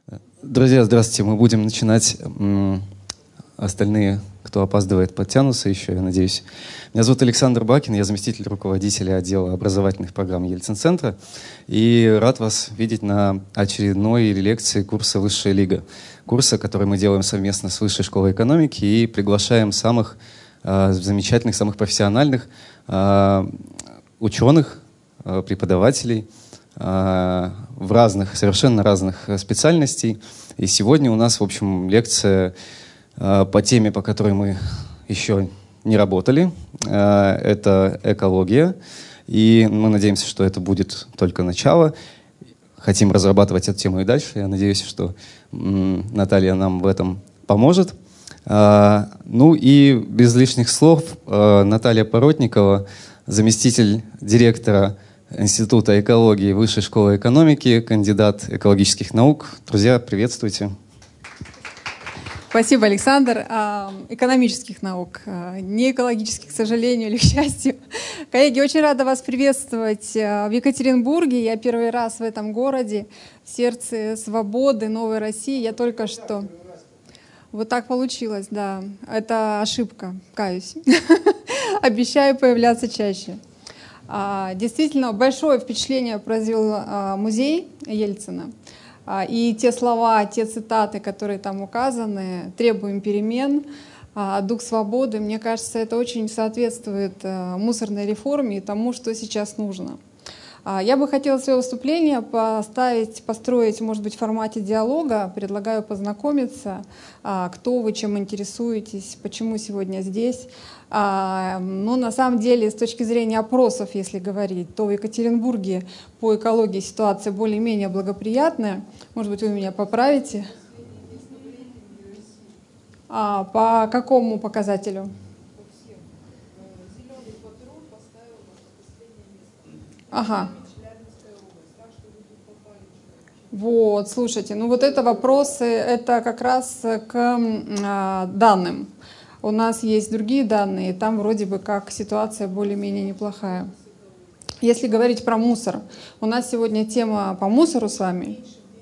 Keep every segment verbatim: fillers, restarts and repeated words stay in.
Друзья, здравствуйте. Мы будем начинать. Остальные, кто опаздывает, подтянутся еще, я надеюсь. Меня зовут Александр Бакин, я заместитель руководителя отдела образовательных программ Ельцин-центра. И рад вас видеть на очередной лекции курса «Высшая лига». Курса, который мы делаем совместно с Высшей школой экономики и приглашаем самых э, замечательных, самых профессиональных э, ученых, э, преподавателей, в разных, совершенно разных специальностей. И сегодня у нас, в общем, лекция по теме, по которой мы еще не работали. Это экология. И мы надеемся, что это будет только начало. Хотим разрабатывать эту тему и дальше. Я надеюсь, что Наталья нам в этом поможет. Ну и без лишних слов, Наталья Поротникова, заместитель директора Института экологии Высшей школы экономики, кандидат экологических наук. Друзья, приветствуйте. Спасибо, Александр. Экономических наук, не экологических, к сожалению или к счастью. Коллеги, очень рада вас приветствовать в Екатеринбурге. Я первый раз в этом городе, в сердце свободы, новой России. Я только что... Вот так получилось, да. Это ошибка, каюсь. Обещаю появляться чаще. Действительно, большое впечатление произвел музей Ельцина. И те слова, те цитаты, которые там указаны, требуем перемен, дух свободы, мне кажется, это очень соответствует мусорной реформе и тому, что сейчас нужно. Я бы хотела свое выступление поставить, построить, может быть, в формате диалога. Предлагаю познакомиться, кто вы, чем интересуетесь, почему сегодня здесь. Ну, на самом деле, с точки зрения опросов, если говорить, то в Екатеринбурге по экологии ситуация более-менее благоприятная. Может быть, вы меня поправите? А, по какому показателю? Ага. Вот, слушайте, ну вот это вопросы, это как раз к а, данным. У нас есть другие данные, там вроде бы как ситуация более-менее неплохая. Если говорить про мусор, у нас сегодня тема по мусору с вами.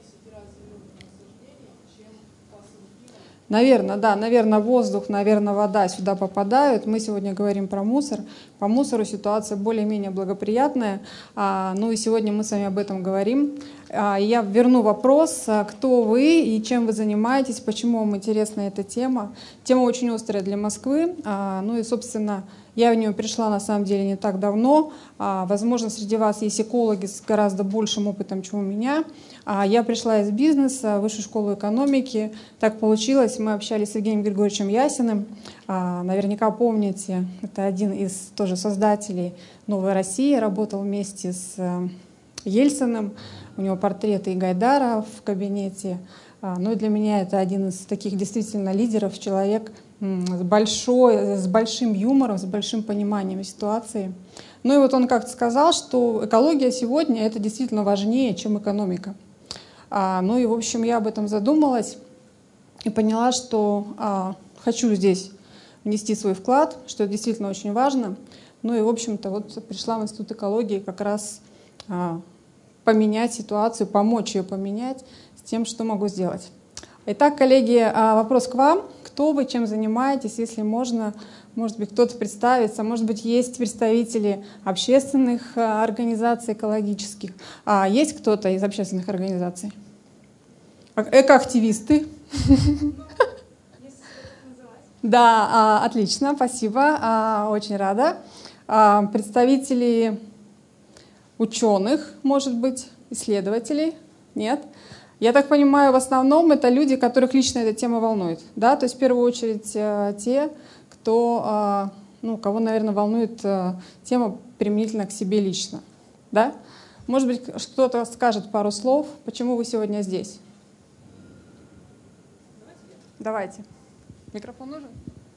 Наверное, да, наверное, воздух, наверное, вода сюда попадают. Мы сегодня говорим про мусор. По мусору ситуация более-менее благоприятная. А, ну и сегодня мы с вами об этом говорим. А, я верну вопрос, кто вы и чем вы занимаетесь, почему вам интересна эта тема. Тема очень острая для Москвы. А, ну и, собственно, я в нее пришла на самом деле не так давно. А, возможно, среди вас есть экологи с гораздо большим опытом, чем у меня. А, я пришла из бизнеса, в Высшую школу экономики. Так получилось, мы общались с Евгением Григорьевичем Ясиным. А, наверняка помните, это один из тоже создателей «Новой России», работал вместе с Ельциным. У него портреты и Гайдара в кабинете. А, ну и для меня это один из таких действительно лидеров, человек с, большой, с большим юмором, с большим пониманием ситуации. Ну и вот он как-то сказал, что экология сегодня это действительно важнее, чем экономика. А, ну и в общем я об этом задумалась и поняла, что а, хочу здесь внести свой вклад, что это действительно очень важно. Ну и в общем-то вот пришла в Институт экологии как раз а, поменять ситуацию, помочь ее поменять с тем, что могу сделать. Итак, коллеги, вопрос к вам. Кто вы, чем занимаетесь, если можно, может быть, кто-то представится, может быть, есть представители общественных организаций экологических. А есть кто-то из общественных организаций? Экоактивисты? Да, отлично, спасибо, очень рада. Представители ученых, может быть, исследователей? Нет? Я так понимаю, в основном это люди, которых лично эта тема волнует. Да? То есть в первую очередь те, кто, ну, кого, наверное, волнует тема применительно к себе лично. Да? Может быть, кто-то скажет пару слов, почему вы сегодня здесь? Давайте. Микрофон нужен?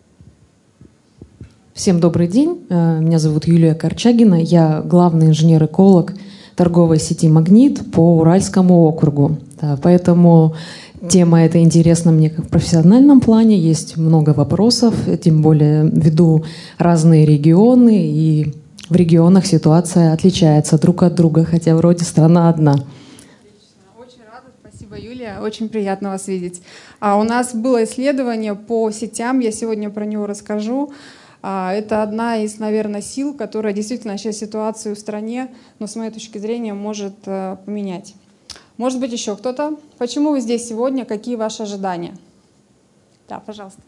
Всем добрый день. Меня зовут Юлия Корчагина. Я главный инженер-эколог торговой сети «Магнит» по Уральскому округу. Да, поэтому тема эта интересна мне как в профессиональном плане. Есть много вопросов, тем более ввиду разные регионы, и в регионах ситуация отличается друг от друга, хотя вроде страна одна. Очень рада, спасибо, Юлия. Юлия, очень приятно вас видеть. А у нас было исследование по сетям, я сегодня про него расскажу. А, это одна из, наверное, сил, которая действительно сейчас ситуацию в стране, но с моей точки зрения, может а, поменять. Может быть, еще кто-то? Почему вы здесь сегодня? Какие ваши ожидания? Да, пожалуйста.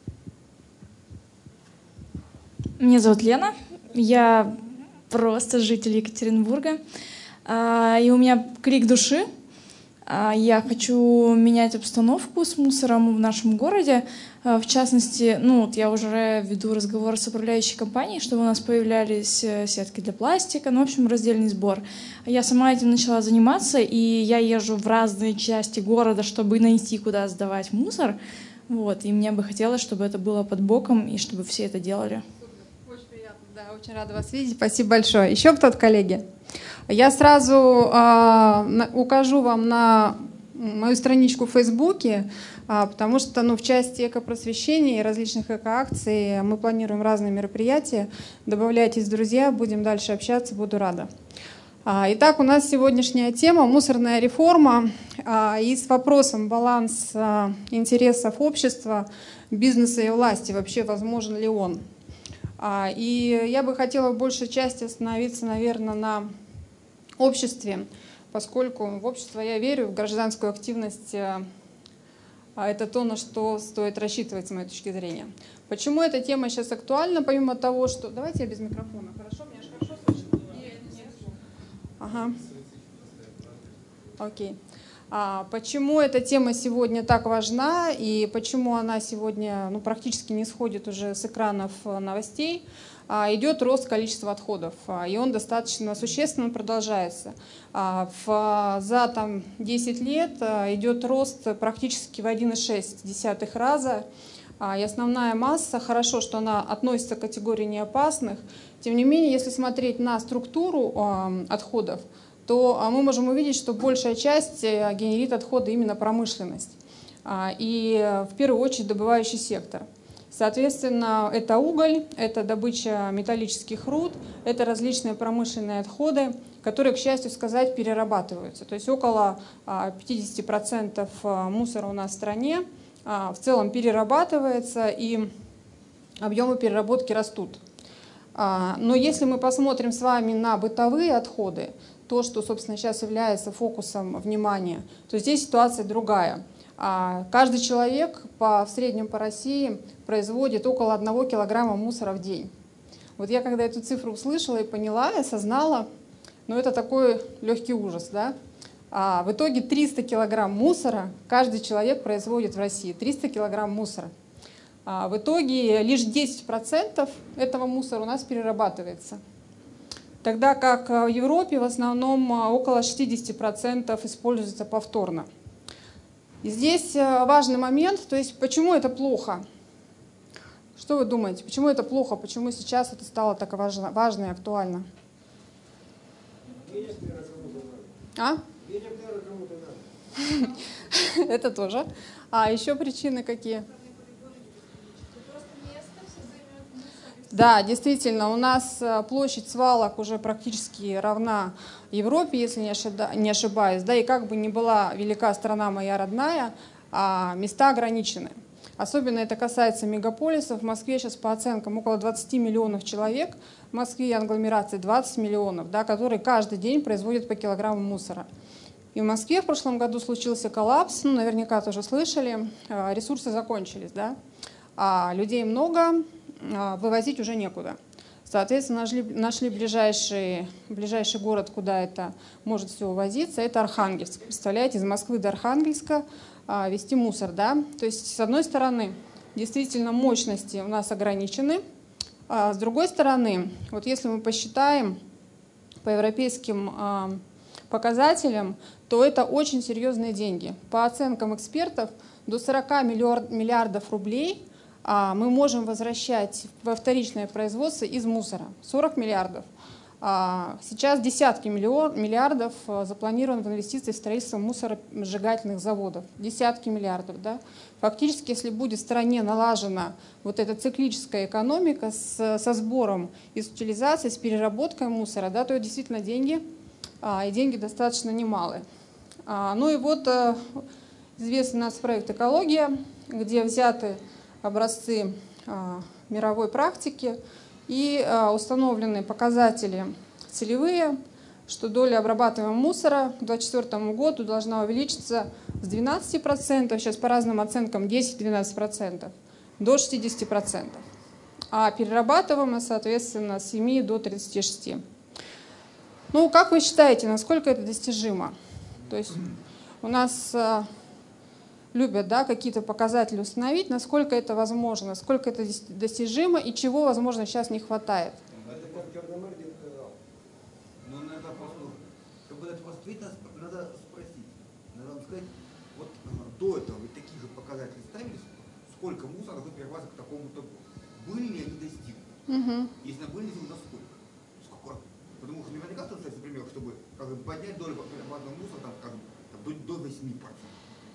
Меня зовут Лена, я просто житель Екатеринбурга, и у меня крик души. Я хочу менять обстановку с мусором в нашем городе. В частности, ну, вот я уже веду разговор с управляющей компанией, чтобы у нас появлялись сетки для пластика, ну, в общем, раздельный сбор. Я сама этим начала заниматься, и я езжу в разные части города, чтобы найти, куда сдавать мусор. Вот, и мне бы хотелось, чтобы это было под боком, и чтобы все это делали. Очень приятно, да, очень рада вас видеть. Спасибо большое. Еще кто-то, коллеги? Я сразу э, укажу вам на мою страничку в Фейсбуке, э, потому что ну, в части экопросвещения и различных экоакций мы планируем разные мероприятия. Добавляйтесь, друзья, будем дальше общаться, буду рада. А, итак, у нас сегодняшняя тема — мусорная реформа. А, и с вопросом баланс а, интересов общества, бизнеса и власти, вообще возможен ли он. А, и я бы хотела в большей части остановиться, наверное, на обществе, поскольку в общество я верю, в гражданскую активность. Это то, на что стоит рассчитывать, с моей точки зрения. Почему эта тема сейчас актуальна, помимо того, что... Давайте я без микрофона, хорошо? Меня же хорошо слышно? Ага. Окей. А почему эта тема сегодня так важна и почему она сегодня ну, практически не сходит уже с экранов новостей? Идет рост количества отходов, и он достаточно существенно продолжается. В, за там, десять лет идет рост практически в один и шесть десятых раза, и основная масса, хорошо, что она относится к категории неопасных, тем не менее, если смотреть на структуру отходов, то мы можем увидеть, что большая часть генерит отходы именно промышленность, и в первую очередь добывающий сектор. Соответственно, это уголь, это добыча металлических руд, это различные промышленные отходы, которые, к счастью сказать, перерабатываются. То есть около пятьдесят процентов мусора у нас в стране в целом перерабатывается, и объемы переработки растут. Но если мы посмотрим с вами на бытовые отходы, то, что, собственно, сейчас является фокусом внимания, то здесь ситуация другая. Каждый человек по, в среднем по России производит около одного килограмма мусора в день. Вот я когда эту цифру услышала и поняла, и осознала, ну это такой легкий ужас, да? А в итоге триста килограмм мусора каждый человек производит в России, триста килограмм мусора. А в итоге лишь десять процентов этого мусора у нас перерабатывается. Тогда как в Европе в основном около шестидесяти процентов используется повторно. И здесь важный момент, то есть почему это плохо? Что вы думаете, почему это плохо, почему сейчас это стало так важно, важно и актуально? А? Это тоже. А еще причины какие? Да, действительно, у нас площадь свалок уже практически равна Европе, если не ошибаюсь, да, и как бы ни была велика страна моя родная, а места ограничены. Особенно это касается мегаполисов. В Москве сейчас по оценкам около двадцати миллионов человек, в Москве и агломерации двадцать миллионов, да, которые каждый день производят по килограмму мусора. И в Москве в прошлом году случился коллапс, ну, наверняка тоже слышали, ресурсы закончились, да, а людей много, вывозить уже некуда. Соответственно, нашли, нашли ближайший, ближайший город, куда это может все увозиться, это Архангельск. Представляете, из Москвы до Архангельска а, везти мусор, да? То есть, с одной стороны, действительно мощности у нас ограничены, а с другой стороны, вот если мы посчитаем по европейским а, показателям, то это очень серьезные деньги. По оценкам экспертов, до сорока миллиардов рублей мы можем возвращать во вторичное производство из мусора. сорок миллиардов. Сейчас десятки миллиардов запланировано в инвестиции в строительство мусоросжигательных заводов. Десятки миллиардов. Да? Фактически, если будет в стране налажена вот эта циклическая экономика с, со сбором и с утилизацией, с переработкой мусора, да, то это действительно деньги, и деньги достаточно немалые. Ну и вот известный у нас проект «Экология», где взяты образцы а, мировой практики и а, установлены показатели целевые, что доля обрабатываемого мусора к две тысячи двадцать четвёртому году должна увеличиться с двенадцати процентов, сейчас по разным оценкам десять-двенадцать процентов, до шестидесяти процентов. А перерабатываемое, соответственно, с семи до тридцати шести. Ну, как вы считаете, насколько это достижимо? То есть у нас а, любят, да, какие-то показатели установить, насколько это возможно, насколько это достижимо и чего, возможно, сейчас не хватает. Надо спросить, надо сказать, вот до этого вы такие же показатели ставили, сколько мусора вы привозили к такому-то, были ли они достигнуты? Угу. Если были, то насколько? Сколько? Потому что наверняка кто-то, например, чтобы как бы, поднять долю перерабатываемого мусора там, как бы, там, до, до восьми процентов.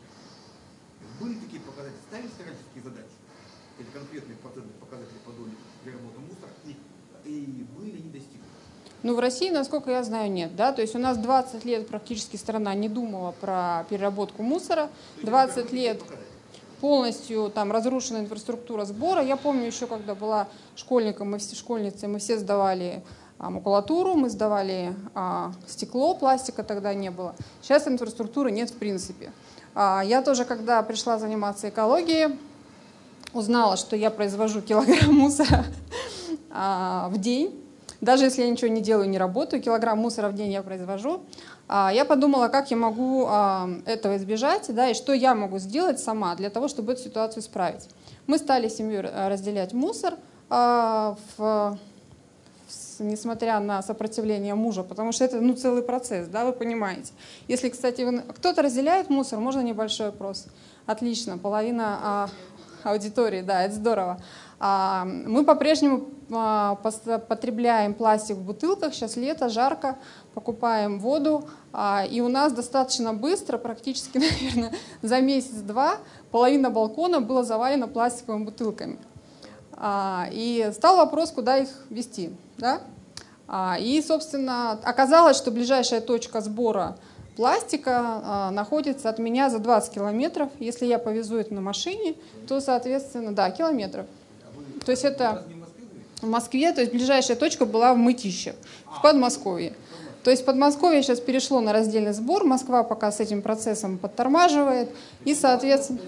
Были такие показатели, ставили стратегические задачи, эти конкретные процентные показатели по доле переработанного мусора, и, и были ли они достигнуты? Ну, в России, насколько я знаю, нет. Да? То есть у нас двадцать лет практически страна не думала про переработку мусора. двадцать лет полностью там разрушена инфраструктура сбора. Я помню еще, когда была школьником, мы все школьницы, мы все сдавали а, макулатуру, мы сдавали а, стекло, пластика тогда не было. Сейчас инфраструктуры нет в принципе. А, я тоже, когда пришла заниматься экологией, узнала, что я произвожу килограмм мусора а, в день. Даже если я ничего не делаю, не работаю, килограмм мусора в день я произвожу. Я подумала, как я могу этого избежать, да, и что я могу сделать сама для того, чтобы эту ситуацию исправить. Мы стали с семьей разделять мусор, в, несмотря на сопротивление мужа, потому что это, ну, целый процесс, да, вы понимаете. Если, кстати, кто-то разделяет мусор, можно небольшой опрос? Отлично, половина аудитории, да, это здорово. Мы по-прежнему потребляем пластик в бутылках, сейчас лето, жарко, покупаем воду, и у нас достаточно быстро, практически, наверное, за месяц-два половина балкона была завалена пластиковыми бутылками. И стал вопрос, куда их везти. Да? И, собственно, оказалось, что ближайшая точка сбора пластика находится от меня за двадцать километров. Если я повезу это на машине, то, соответственно, да, километров. То есть это в Москве, то есть ближайшая точка была в Мытищах, в Подмосковье. То есть Подмосковье сейчас перешло на раздельный сбор, Москва пока с этим процессом подтормаживает, и, соответственно...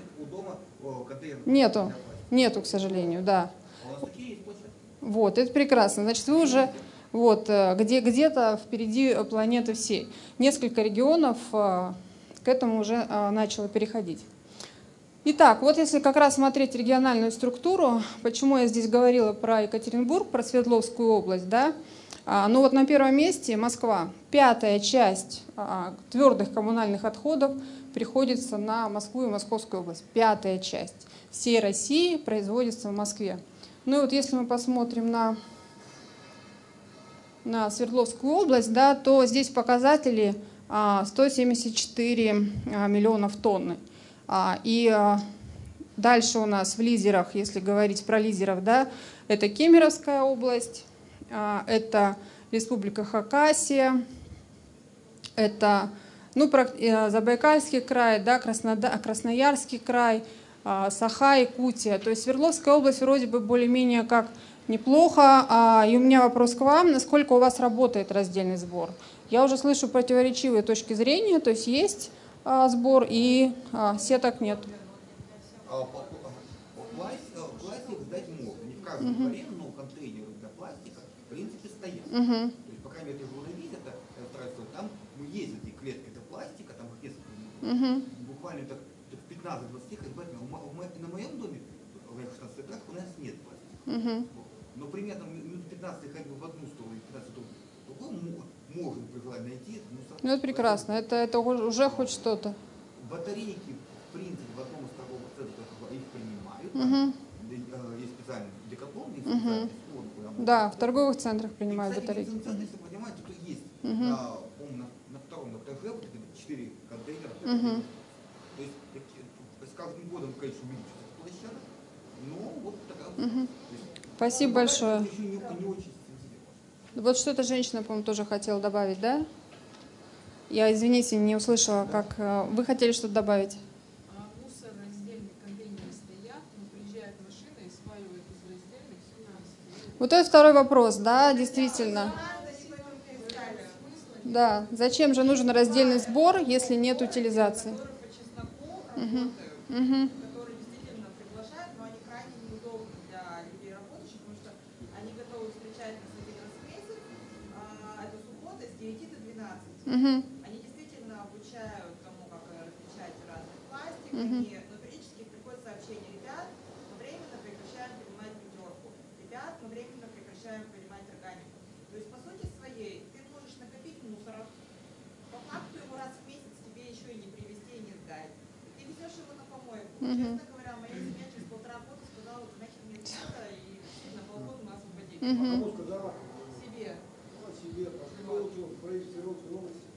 Нету, нету, к сожалению, да. Вот, это прекрасно. Значит, вы уже вот, где, где-то впереди планеты всей. Несколько регионов к этому уже начало переходить. Итак, вот если как раз смотреть региональную структуру, почему я здесь говорила про Екатеринбург, про Свердловскую область, да? А, ну вот на первом месте Москва. Пятая часть а, твердых коммунальных отходов приходится на Москву и Московскую область. Пятая часть всей России производится в Москве. Ну и вот если мы посмотрим на, на Свердловскую область, да, то здесь показатели а, сто семьдесят четыре а, миллионов тонн. И дальше у нас в лидерах, если говорить про лидеров, да, это Кемеровская область, это Республика Хакасия, это, ну, Забайкальский край, да, Краснодар, Красноярский край, Саха, Якутия. То есть Свердловская область вроде бы более-менее как неплохо. И у меня вопрос к вам, насколько у вас работает раздельный сбор? Я уже слышу противоречивые точки зрения, то есть есть сбор и а, сеток нет. Пластик сдать можно. Не в каждом дворе, но контейнеры для пластика в принципе стоят. Uh-huh. То есть, по крайней мере, вы видите, это, это, там есть эти клетки для пластика, там их несколько. Uh-huh. Буквально так пятнадцать-двадцать ходьбать. На моем доме, в шестнадцати этажах, у нас нет пластика. Uh-huh. Но примерно минут пятнадцать ходьбы в одну сторону и пятнадцать в другую можно при желании найти. Ну, это прекрасно, это, это уже хоть что-то. Батарейки, в принципе, в одном из торговых центров их принимают. Uh-huh. Там, есть специальный декатлон, есть специальный uh-huh. склон. Да, в торговых центрах принимают и, кстати, батарейки. Центр, если вы понимаете, то есть uh-huh. на, на, на втором этаже вот четыре контейнера. Uh-huh. То есть с каждым годом, конечно, увеличивается площадка, но вот такая uh-huh. вот. Спасибо большое. Не, не очень. Вот что-то женщина, по-моему, тоже хотела добавить, да? Я, извините, не услышала, как... Вы хотели что-то добавить? Вот это второй вопрос, да, действительно. Да, зачем же нужен раздельный сбор, если нет утилизации? Угу. Угу. Которые действительно приглашают, но они крайне неудобны для людей работающих, потому что они готовы встречать нас один раз в месяц, а это суббота с девяти до двенадцати. Угу. Они действительно обучают тому, как различать разный пластик, Угу. они, но периодически приходят сообщения: ребят, мы временно прекращаем принимать пятерку, ребят, мы временно прекращаем принимать органику. То есть, по сути своей, ты можешь накопить мусора, по факту его раз в месяц тебе еще и не привезти, и не сдать. Ты везешь его на помойку. Мгм. Честно говоря, моя семья через полтора года сказала: ты нахер мне это надо, и на полгода нас освободили. Мгм. Себе. Себе, пошли в правительстве области.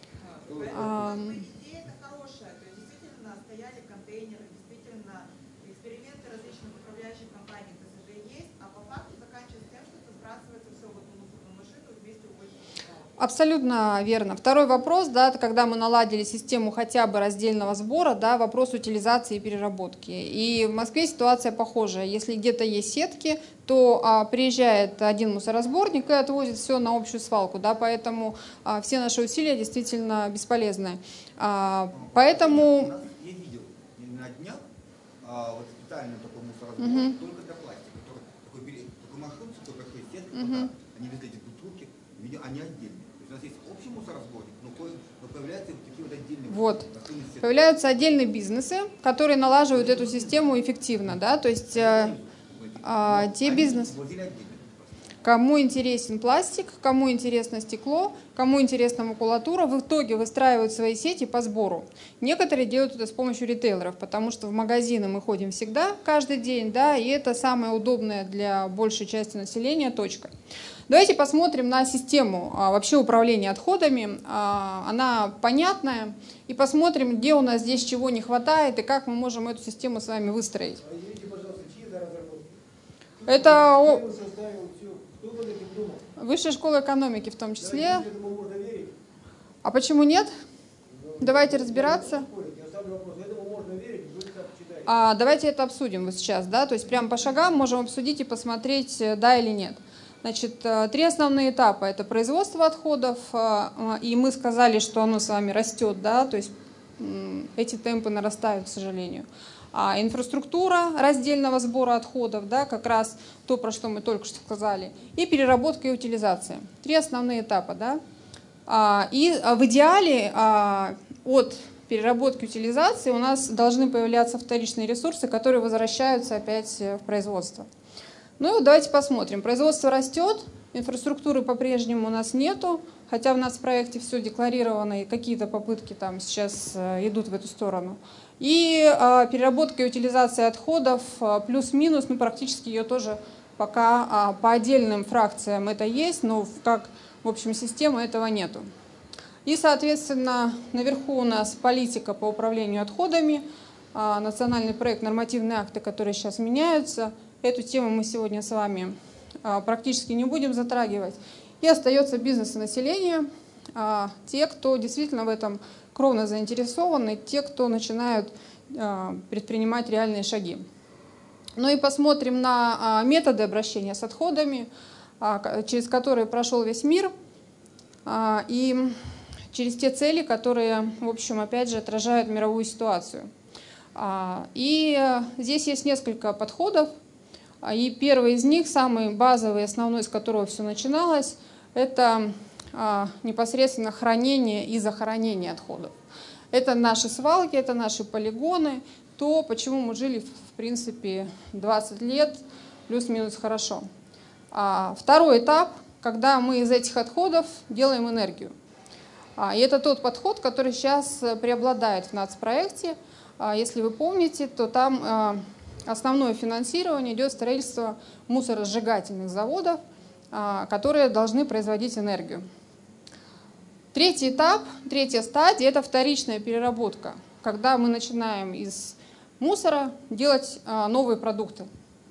А, Поэтому идея это хорошая. То есть действительно стояли контейнеры, действительно эксперименты различных управляющих компаний тэ эс жэ есть, а по факту заканчивается тем, что это сбрасывается все в одну мусорную машину и вместе увозится. Абсолютно верно. Второй вопрос, да, это когда мы наладили систему хотя бы раздельного сбора, да, вопрос утилизации и переработки. И в Москве ситуация похожая. Если где-то есть сетки, то а, приезжает один мусоросборник и отвозит все на общую свалку, да, поэтому а, все наши усилия действительно бесполезны. А, У поэтому... нас, я видел на днях а, вот специально такой мусоросбор Мгм. только для пластика. Который, такой, бери- такой маршрут, такой большой сетка, Мгм. туда, они везли эти бутылки, видимо, они отдельные. То есть у нас есть общий мусоросборник, но, кое- но появляются вот такие вот отдельные Вот. бассейны сетки. Появляются отдельные бизнесы, которые налаживают эту систему эффективно, да, то есть э, а, те Они бизнесы... возили отдельно. Кому интересен пластик, кому интересно стекло, кому интересна макулатура, в итоге выстраивают свои сети по сбору. Некоторые делают это с помощью ритейлеров, потому что в магазины мы ходим всегда, каждый день, да, и это самая удобная для большей части населения точка. Давайте посмотрим на систему а, вообще управления отходами. А, она понятная. И посмотрим, где у нас здесь чего не хватает и как мы можем эту систему с вами выстроить. А извините, пожалуйста, чьи это разработки? Это о- Кто составил все? Кто бы это придумал? Высшая школа экономики в том числе. Да, этому можно верить. А почему нет? Но Давайте я- разбираться. Я, не спорю, я ставлю вопрос, этому можно верить, вы так читаете. А, давайте это обсудим вот сейчас, да, то есть прямо по шагам можем обсудить и посмотреть, э, да или нет. Значит, э, три основные этапа. Это производство отходов, э, э, и мы сказали, что оно с вами растет, да, то есть м, эти темпы нарастают, к сожалению. А инфраструктура раздельного сбора отходов, да, как раз то, про что мы только что сказали, и переработка и утилизация. Три основные этапа, да. А, и а, в идеале а, от переработки и утилизации у нас должны появляться вторичные ресурсы, которые возвращаются опять в производство. Ну и вот давайте посмотрим. Производство растет, инфраструктуры по-прежнему у нас нету, хотя у нас в проекте все декларировано, и какие-то попытки там сейчас э, идут в эту сторону. И э, переработка и утилизация отходов э, плюс-минус, ну практически ее тоже пока э, по отдельным фракциям это есть, но в- как в общем системы этого нету. И, соответственно, наверху у нас политика по управлению отходами, э, национальный проект, нормативные акты, которые сейчас меняются. Эту тему мы сегодня с вами а, практически не будем затрагивать. И остается бизнес и население, а, те, кто действительно в этом кровно заинтересованы, те, кто начинают а, предпринимать реальные шаги. Ну и посмотрим на а, методы обращения с отходами, а, через которые прошел весь мир, а, и через те цели, которые, в общем, опять же, отражают мировую ситуацию. А, и а, здесь есть несколько подходов. И первый из них, самый базовый, основной, с которого все начиналось, это а, непосредственно хранение и захоронение отходов. Это наши свалки, это наши полигоны, то, почему мы жили, в принципе, двадцать лет, плюс-минус хорошо. А, второй этап, когда мы из этих отходов делаем энергию. А, и это тот подход, который сейчас преобладает в нацпроекте. А, если вы помните, то там... А, основное финансирование идет строительство мусоросжигательных заводов, которые должны производить энергию. Третий этап, третья стадия – это вторичная переработка, когда мы начинаем из мусора делать новые продукты.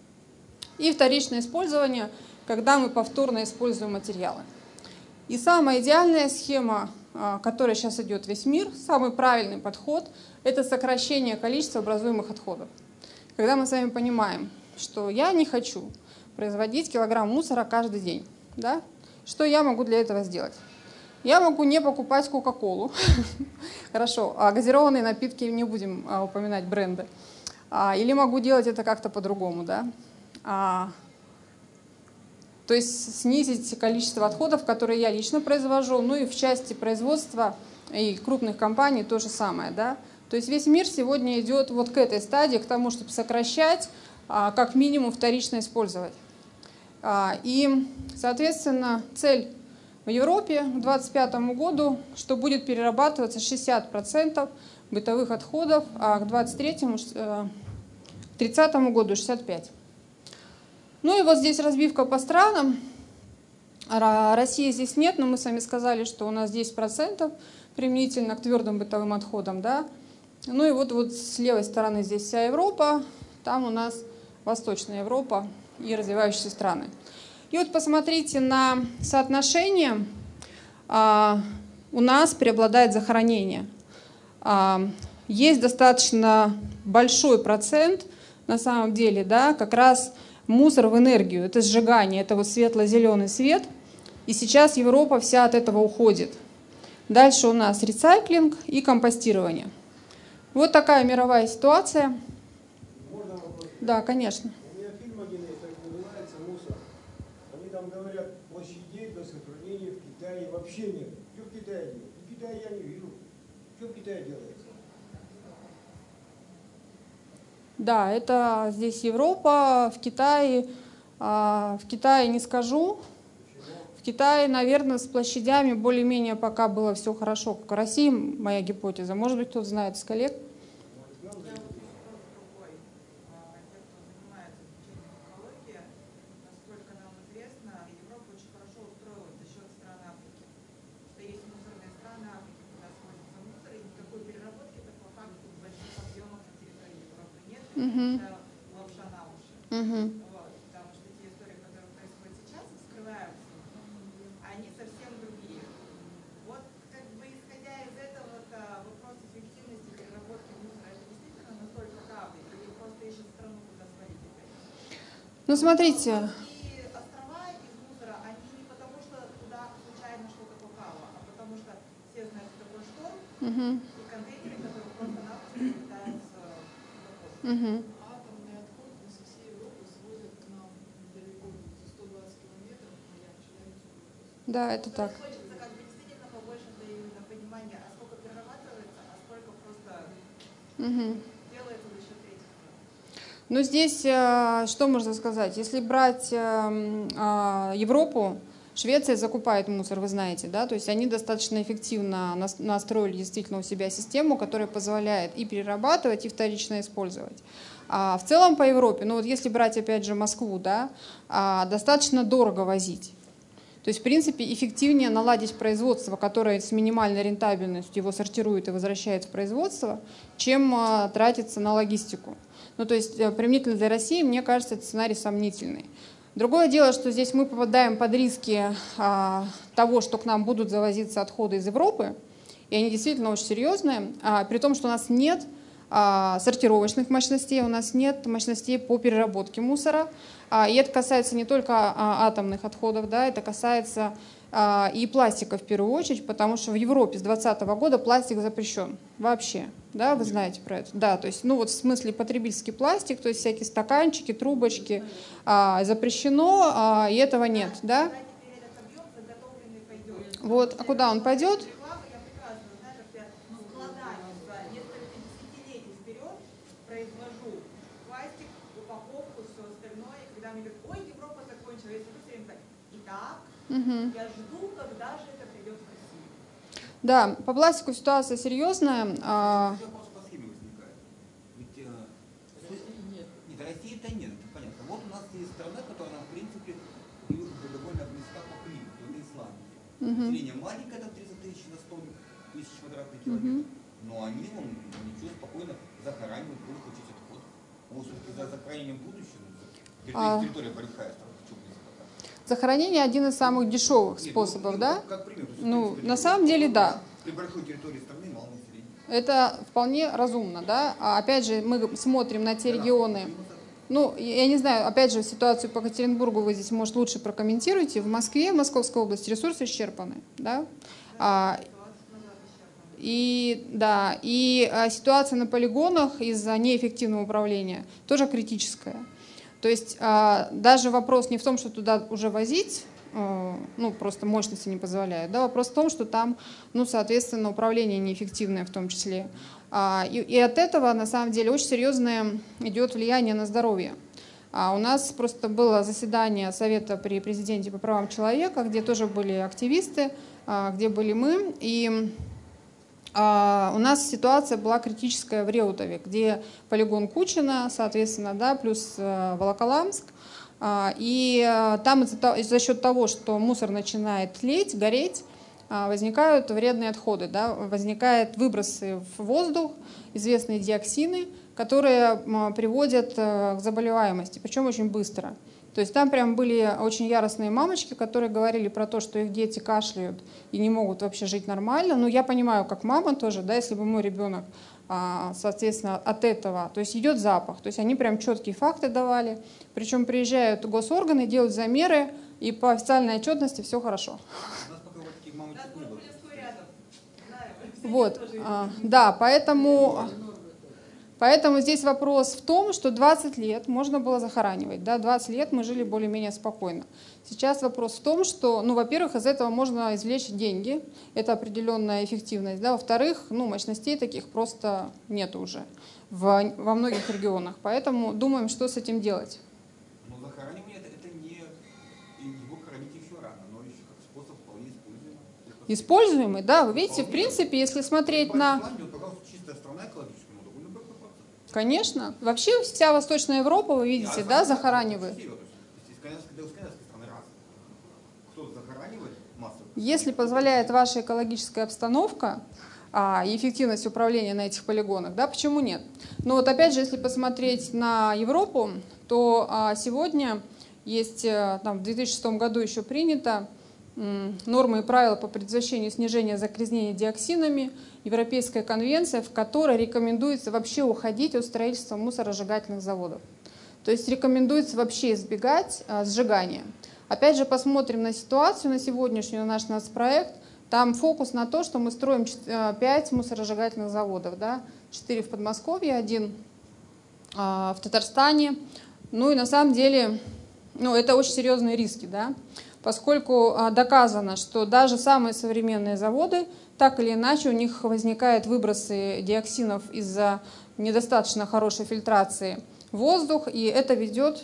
И вторичное использование, когда мы повторно используем материалы. И самая идеальная схема, которая сейчас идет весь мир, самый правильный подход – это сокращение количества образуемых отходов. Когда мы с вами понимаем, что я не хочу производить килограмм мусора каждый день. Да? Что я могу для этого сделать? Я могу не покупать Кока-Колу. Хорошо, а газированные напитки не будем а, упоминать бренды. А, или могу делать это как-то по-другому. Да? А, то есть снизить количество отходов, которые я лично произвожу. Ну и в части производства и крупных компаний то же самое. Да? То есть весь мир сегодня идет вот к этой стадии, к тому, чтобы сокращать, а, как минимум вторично использовать. А, и, соответственно, цель в Европе к две тысячи двадцать пятому году, что будет перерабатываться шестьдесят процентов бытовых отходов, а к двадцать третьему, тридцатому году шестьдесят пять процентов. Ну и вот здесь разбивка по странам. России здесь нет, но мы с вами сказали, что у нас десять процентов применительно к твердым бытовым отходам. Да? Ну и вот, вот с левой стороны здесь вся Европа, там у нас Восточная Европа и развивающиеся страны. И вот посмотрите на соотношение. А, у нас преобладает захоронение. А, есть достаточно большой процент, на самом деле, да, как раз мусор в энергию. Это сжигание, это вот светло-зеленый свет. И сейчас Европа вся от этого уходит. Дальше у нас ресайклинг и компостирование. Вот такая мировая ситуация. Можно вопрос? Да, конечно. У меня фильм один есть, так называется «Мусор». Они там говорят, площадей для сохранения в Китае вообще нет. Что в Китае делают? В Китае я не вижу. Что в Китае делается? Да, это здесь Европа, в Китае. В Китае не скажу. В Китае, наверное, с площадями более-менее пока было все хорошо. Как в России, моя гипотеза. Может быть, кто-то знает из коллег. Угу. Это лапша на уши. Угу. Вот, потому что те истории, которые происходят сейчас, скрываются, они совсем другие. Вот, как бы, исходя из этого, вот, вопрос эффективности переработки мусора, это действительно настолько правда, или просто ищут страну, куда свалить это? Ну, смотрите. И острова из мусора, они не потому, что туда случайно что-то попало, а потому что все знают, что такое шторм, Угу. и контейнеры, которые просто-напросто летают с Угу. Атомный отход со всей Европы свозят к нам далеко, за сто двадцать километров, а я в Челябинске. Да, это так. Хочется как бы действительно побольше для понимания, а сколько перерабатывается, а сколько просто Угу. делается за счет этих. Ну, здесь что можно сказать? Если брать Европу, Швеция закупает мусор, вы знаете, да, то есть они достаточно эффективно настроили действительно у себя систему, которая позволяет и перерабатывать, и вторично использовать. А в целом по Европе, ну вот если брать опять же Москву, да, достаточно дорого возить. То есть, в принципе, эффективнее наладить производство, которое с минимальной рентабельностью его сортирует и возвращает в производство, чем тратиться на логистику. Ну, то есть, применительно для России, мне кажется, этот сценарий сомнительный. Другое дело, что здесь мы попадаем под риски а, того, что к нам будут завозиться отходы из Европы, и они действительно очень серьезные, а, при том, что у нас нет а, сортировочных мощностей, у нас нет мощностей по переработке мусора, а, и это касается не только а, атомных отходов, да, это касается а, и пластика в первую очередь, потому что в Европе с две тысячи двадцатого года пластик запрещен вообще. Да, вы знаете про это? Да, то есть, ну вот в смысле потребительский пластик, то есть всякие стаканчики, трубочки а, запрещено, а, и этого нет, да? Вот, а куда он пойдет? Угу. Я жду, когда же это придет в Россию. Да, по пластику ситуация серьезная. А... Вопрос по схеме возникает. Ведь э, нет. Нет, России-то нет, это понятно. Вот у нас есть страна, которая нам, в принципе, довольно близка по климату, это Исландия. Угу. Население маленькое, там тридцать тысяч на сто тысяч квадратных километров, угу. Но они вон, ничего, спокойно захоранивают, будут получить отход. Вот все-таки за захоронением будущего, а... территория большая страна. Захоронение один из самых дешевых Нет, способов, ну, да? Как пример, ну, на самом деле, да. При большой территории страны мало населения. Это вполне разумно, да? А опять же, мы смотрим на те регионы, Ну, я не знаю, опять же, ситуацию по Екатеринбургу вы здесь, может, лучше прокомментируете. В Москве, в Московской области ресурсы исчерпаны, да? А, и, да, и а, ситуация на полигонах из-за неэффективного управления тоже критическая. То есть а, даже вопрос не в том, что туда уже возить, а, ну, просто мощности не позволяют, да, вопрос в том, что там, ну, соответственно, управление неэффективное в том числе. А, и, и от этого, на самом деле, очень серьезное идет влияние на здоровье. А у нас просто было заседание Совета при президенте по правам человека, где тоже были активисты, а, где были мы, и а, у нас ситуация была критическая в Реутове, где полигон Кучина, соответственно, да, плюс а, Волоколамск. А, и а, там из-за, за счет того, что мусор начинает тлеть, гореть, а, возникают вредные отходы, да, возникают выбросы в воздух, известные диоксины, которые а, приводят а, к заболеваемости, причем очень быстро. То есть там прям были очень яростные мамочки, которые говорили про то, что их дети кашляют и не могут вообще жить нормально. Ну, я понимаю, как мама тоже, да, если бы мой ребенок, соответственно, от этого, то есть идет запах. То есть они прям четкие факты давали. Причем приезжают госорганы, делают замеры, и по официальной отчетности все хорошо. Вот, да, поэтому... Поэтому здесь вопрос в том, что двадцать лет можно было захоранивать. Да, двадцать лет мы жили более-менее спокойно. Сейчас вопрос в том, что, ну, во-первых, из этого можно извлечь деньги, это определенная эффективность. Да, во-вторых, ну, мощностей таких просто нет уже в, во многих регионах. Поэтому думаем, что с этим делать. Но захоранивание это, это не... Его хоронить еще рано, но еще как способ вполне используемый. Используемый, да. Вы видите, в принципе, если смотреть на... Чистая страна экологическая. Конечно. Вообще вся Восточная Европа, вы видите, да, захоранивает. Если позволяет ваша экологическая обстановка а, и эффективность управления на этих полигонах, да, почему нет? Но вот опять же, если посмотреть на Европу, то а, сегодня есть, там, в две тысячи шестом году еще принято нормы и правила по предотвращению снижения загрязнения диоксинами, Европейская конвенция, в которой рекомендуется вообще уходить от строительства мусоросжигательных заводов. То есть рекомендуется вообще избегать а, сжигания. Опять же, посмотрим на ситуацию на сегодняшнюю, наш нацпроект. Там фокус на то, что мы строим пять мусоросжигательных заводов. Да? четыре в Подмосковье, один а, в Татарстане. Ну и на самом деле, ну, это очень серьезные риски, да? Поскольку а, доказано, что даже самые современные заводы, так или иначе у них возникают выбросы диоксинов из-за недостаточно хорошей фильтрации в воздух, и это ведет,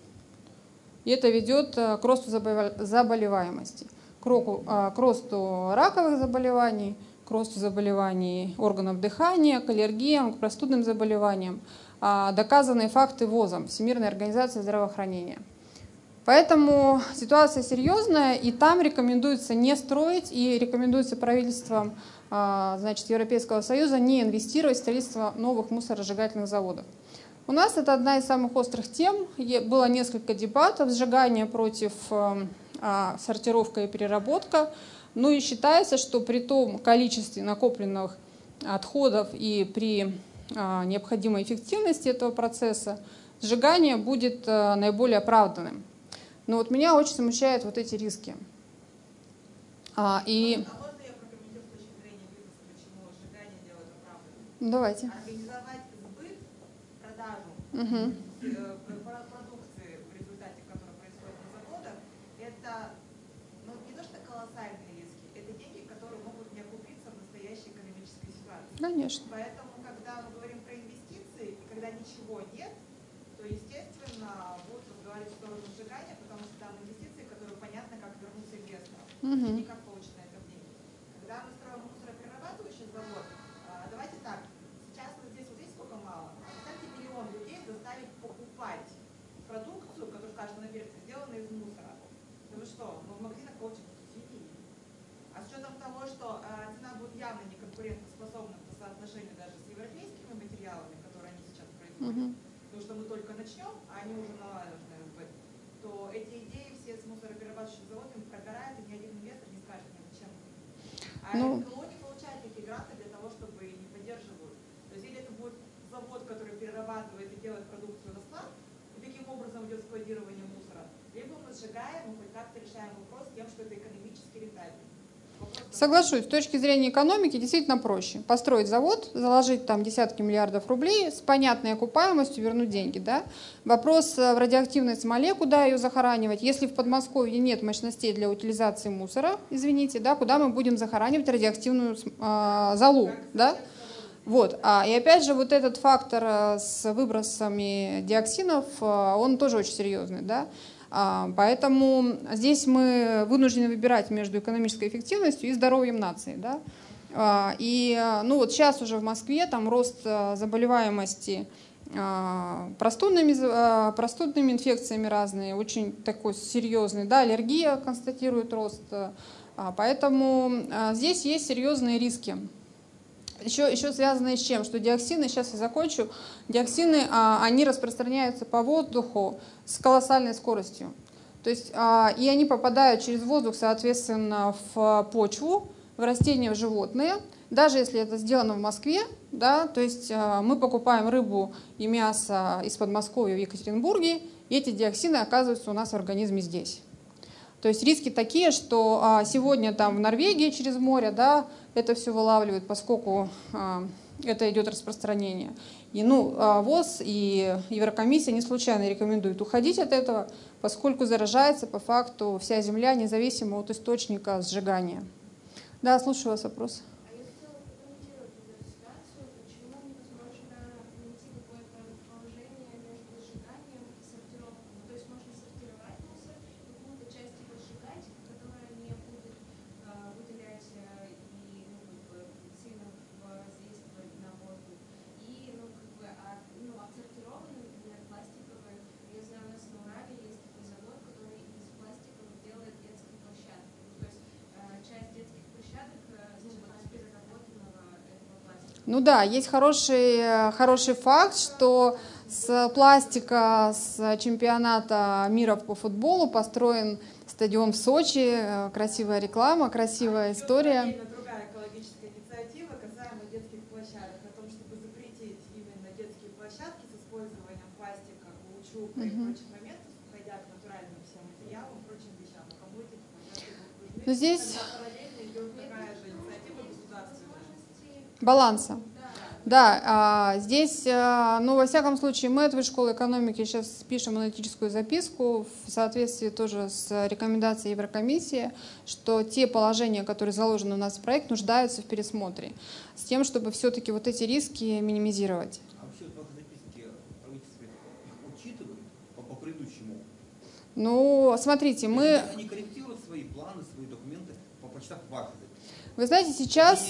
и это ведет к росту заболеваемости, к росту раковых заболеваний, к росту заболеваний органов дыхания, к аллергиям, к простудным заболеваниям. Доказанные факты ВОЗом, Всемирной организации здравоохранения. Поэтому ситуация серьезная, и там рекомендуется не строить, и рекомендуется правительством, значит, Европейского Союза не инвестировать в строительство новых мусоросжигательных заводов. У нас это одна из самых острых тем. Было несколько дебатов: сжигание против сортировка и переработка. Ну и считается, что при том количестве накопленных отходов и при необходимой эффективности этого процесса сжигание будет наиболее оправданным. Но вот меня очень смущают вот эти риски. А, и... А можно я прокомментирую с точки зрения бизнеса, почему сжигание делают оправданным? Давайте. Организовать сбыт, продажу угу. продукции, в результате которой происходит на заводах, это, ну, не то что колоссальные риски, это деньги, которые могут не окупиться в настоящей экономической ситуации. Конечно. Поэтому, когда мы говорим про инвестиции, и когда ничего нет, то, естественно, будут разговаривать в сторону сжигания, потому что там инвестиции, которые понятно, как вернуться инвесторам, угу. и как получить на это деньги. Когда мы строим мусороперерабатывающий завод, давайте так, сейчас вот здесь вот видите, сколько мало. Представьте, миллион людей заставить покупать продукцию, которую скажут, она сделана из мусора. Да вы что, мы в магазинах получим субсидии. А с учетом того, что цена будет явно неконкурентоспособна по соотношению даже с европейскими материалами, которые они сейчас производят, угу. потому что мы только начнем, а они уже налажены, то эти идеи все с мусороперерабатывающими заводами прогорают, и ни один инвестор не скажет ни зачем. А ну, НКО не получает такие гранты для того, чтобы не поддерживают. То есть или это будет завод, который перерабатывает и делает продукцию на склад, образом идет складирование мусора. Либо мы сжигаем и хоть как-то решаем вопрос тем, что это экономически рентабельно. Соглашусь, с точки зрения экономики действительно проще. Построить завод, заложить там десятки миллиардов рублей, с понятной окупаемостью вернуть деньги. Да? Вопрос в радиоактивной смоле, куда ее захоранивать. Если в Подмосковье нет мощностей для утилизации мусора, извините, да, куда мы будем захоранивать радиоактивную э, золу. Да? Вот. А, и опять же, вот этот фактор с выбросами диоксинов, он тоже очень серьезный. Да? Поэтому здесь мы вынуждены выбирать между экономической эффективностью и здоровьем нации. Да? И ну вот сейчас уже в Москве там рост заболеваемости простудными, простудными инфекциями разные, очень такой серьезный. Да? Аллергия констатирует рост. Поэтому здесь есть серьезные риски. Еще, еще связанные с чем? Что диоксины, сейчас я закончу, диоксины, а, они распространяются по воздуху с колоссальной скоростью. То есть, а, и они попадают через воздух, соответственно, в почву, в растения, в животные. Даже если это сделано в Москве, да, то есть а, мы покупаем рыбу и мясо из Подмосковья в Екатеринбурге, и эти диоксины оказываются у нас в организме здесь. То есть риски такие, что а, сегодня там в Норвегии через море, да, это все вылавливают, поскольку а, это идет распространение. И ну, а, ВОЗ и Еврокомиссия не случайно рекомендуют уходить от этого, поскольку заражается по факту вся Земля, независимо от источника сжигания. Да, слушаю вас вопрос. Ну да, есть хороший, хороший факт, что с пластика с чемпионата мира по футболу построен стадион в Сочи, красивая реклама, красивая история. Другая экологическая инициатива касаемо детских площадок, о том, чтобы запретить именно детские площадки с использованием пластика, каучука и прочих моментов, пойдя к натуральным всем материалам и прочим вещам. Кому эти площадки будут нужны? Здесь параллельно идет такая же инициатива государственная. Баланса. Да, а, здесь, а, ну, во всяком случае, мы от Высшей школы экономики сейчас пишем аналитическую записку в соответствии тоже с рекомендацией Еврокомиссии, что те положения, которые заложены у нас в проект, нуждаются в пересмотре, с тем, чтобы все-таки вот эти риски минимизировать. А вообще в вашей записке правительство их учитывает по, по предыдущему? Ну, смотрите, мы... Они корректируют свои планы, свои документы, почитав ваши записки. Вы знаете, сейчас...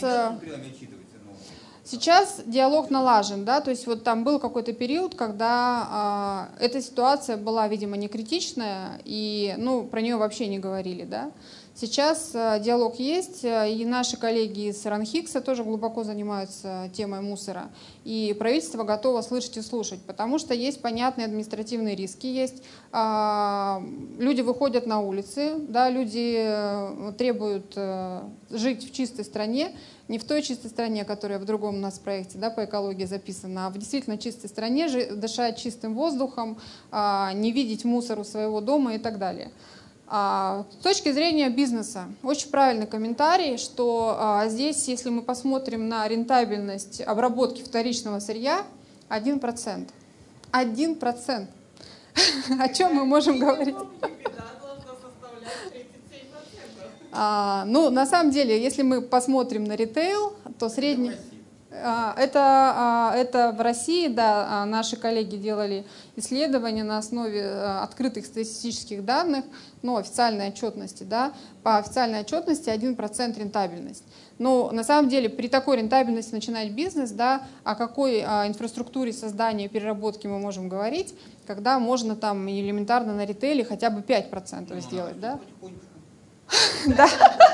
Сейчас диалог налажен, да, то есть вот там был какой-то период, когда э, эта ситуация была, видимо, не критичная, и, ну, про нее вообще не говорили, да. Сейчас э, диалог есть, и наши коллеги из РАНХИКСа тоже глубоко занимаются темой мусора, и правительство готово слышать и слушать, потому что есть понятные административные риски, есть, э, люди выходят на улицы, да, люди требуют э, жить в чистой стране, не в той чистой стране, которая в другом у нас проекте, да, по экологии записана, а в действительно чистой стране, дышать чистым воздухом, не видеть мусор у своего дома и так далее. С точки зрения бизнеса, очень правильный комментарий, что здесь, если мы посмотрим на рентабельность обработки вторичного сырья, один процент. один процент. О чем мы можем говорить? А, ну, на самом деле, если мы посмотрим на ритейл, то средний... А, это, а, это в России, да, наши коллеги делали исследования на основе открытых статистических данных, ну, официальной отчетности, да, по официальной отчетности один процент рентабельность. Но на самом деле при такой рентабельности начинать бизнес, да, о какой а, инфраструктуре создания и переработки мы можем говорить, когда можно там элементарно на ритейле хотя бы пять процентов сделать, да? Да.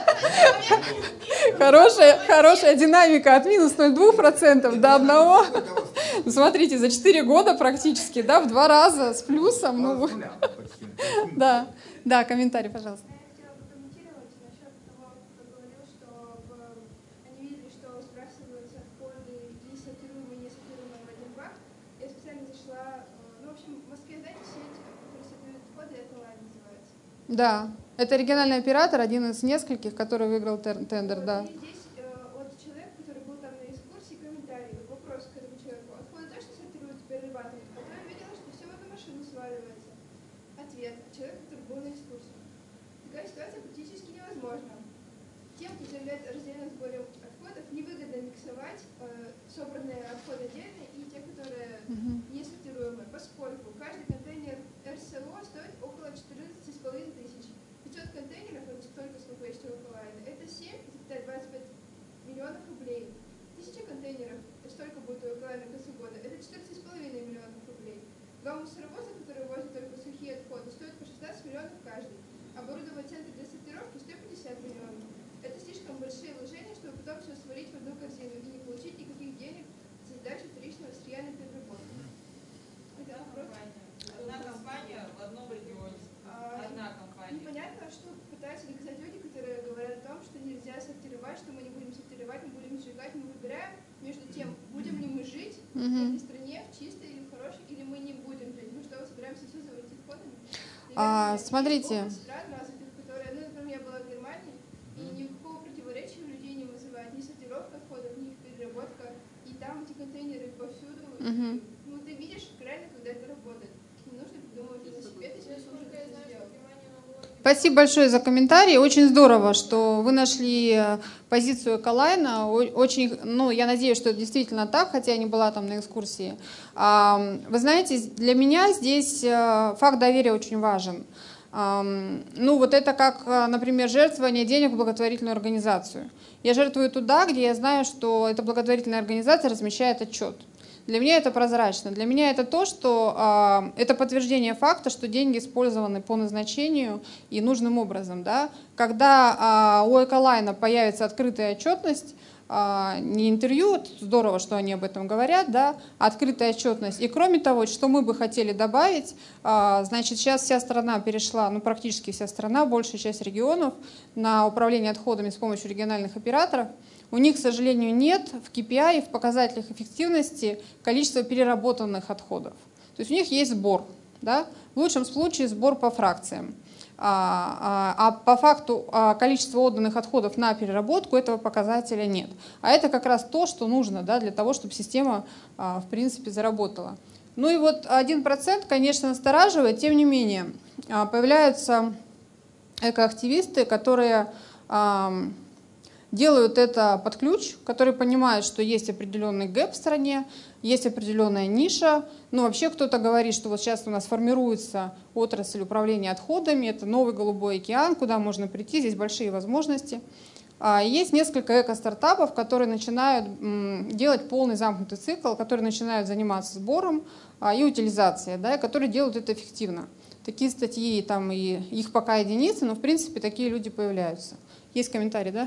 Хорошая, хорошая динамика от минус ноль целых двух десятых процента до одного. Смотрите, за четыре года практически, да, в два раза с плюсом. Ну, да, да, комментарий, пожалуйста. Ну, общем, в Москве, знаете, сеть, которая сортирует отходы, это лайн называется. Да, это региональный оператор, один из нескольких, который выиграл тер- тендер, Вот, да. и здесь э, вот человек, который был там на экскурсии, комментарий, вопрос к этому человеку. Отходы точно сортируют, перерабатывают? Потом я видела, что все в одну машину сваливается. Ответ. Человек, который был на экскурсии. Такая ситуация практически невозможна. Тем, кто заявляет о раздельном сборе отходов, невыгодно миксовать э, собранные отходы отдельно и те, которые Мгм. не сортируемые, поскольку каждый контейнер эр эс о стоит около четырнадцати с половиной тысяч. пятьсот контейнеров, это столько, сколько есть у Эколайна, это семь двадцать пять миллионов рублей. Тысяча контейнеров, это столько будет у Эколайна к концу года, это четырнадцать с половиной миллионов рублей. Два мусоровоза, которые возят только сухие отходы, стоят по шестнадцать миллионов каждый. Оборудовать центр для сортировки сто пятьдесят миллионов. Это слишком большие вложения, чтобы потом все свалить в одну корзину и не получить никаких денег за сдачу вторичного сырья на переработку. Это вопрос. Одна компания в одном регионе. А, Одна компания. Непонятно, что пытаются доказать люди, которые говорят о том, что нельзя сортировать, что мы не будем сортировать, мы будем сжигать, мы выбираем между тем, будем ли мы жить в Мгм. этой стране, в чистой или в хорошей, или мы не будем жить. Мы что, собираемся все заводить отходами? А, Наверное, смотрите. есть опыт стран развитых, которые, ну, например, я была в Германии, и никакого противоречия у людей не вызывает ни сортировка отходов, ни их переработка. И там эти контейнеры повсюду. Мгм. Ну, ты видишь реально, когда это работает. Не нужно придумывать велосипед, если слушать, это сделать. Спасибо большое за комментарий. Очень здорово, что вы нашли э, позицию Эколайна. О- Очень, ну, я надеюсь, что это действительно так, хотя я не была там на экскурсии. А, Вы знаете, для меня здесь э, факт доверия очень важен. Ам, Ну, вот это как, э, например, жертвование денег в благотворительную организацию. Я жертвую туда, где я знаю, что эта благотворительная организация размещает отчет. Для меня это прозрачно. Для меня это то, что а, это подтверждение факта, что деньги использованы по назначению и нужным образом. Да? Когда а, у Эколайна появится открытая отчетность, а, не интервью, это здорово, что они об этом говорят, да, а открытая отчетность. И кроме того, что мы бы хотели добавить, а, значит, сейчас вся страна перешла, ну практически вся страна, большая часть регионов на управление отходами с помощью региональных операторов. У них, к сожалению, нет в кей пи ай, в показателях эффективности количества переработанных отходов. То есть у них есть сбор, да? В лучшем случае сбор по фракциям. А, а, а по факту а, количества отданных отходов на переработку этого показателя нет. А это как раз то, что нужно, да, для того, чтобы система а, в принципе заработала. Ну и вот один процент, конечно, настораживает, тем не менее а, появляются экоактивисты, которые а, делают это под ключ, которые понимают, что есть определенный гэп в стране, есть определенная ниша. Ну, вообще кто-то говорит, что вот сейчас у нас формируется отрасль управления отходами, это новый голубой океан, куда можно прийти, здесь большие возможности. А, Есть несколько эко-стартапов, которые начинают м, делать полный замкнутый цикл, которые начинают заниматься сбором а, и утилизацией, да, и которые делают это эффективно. Такие статьи, там, и их пока единицы, но в принципе такие люди появляются. Есть комментарий, да?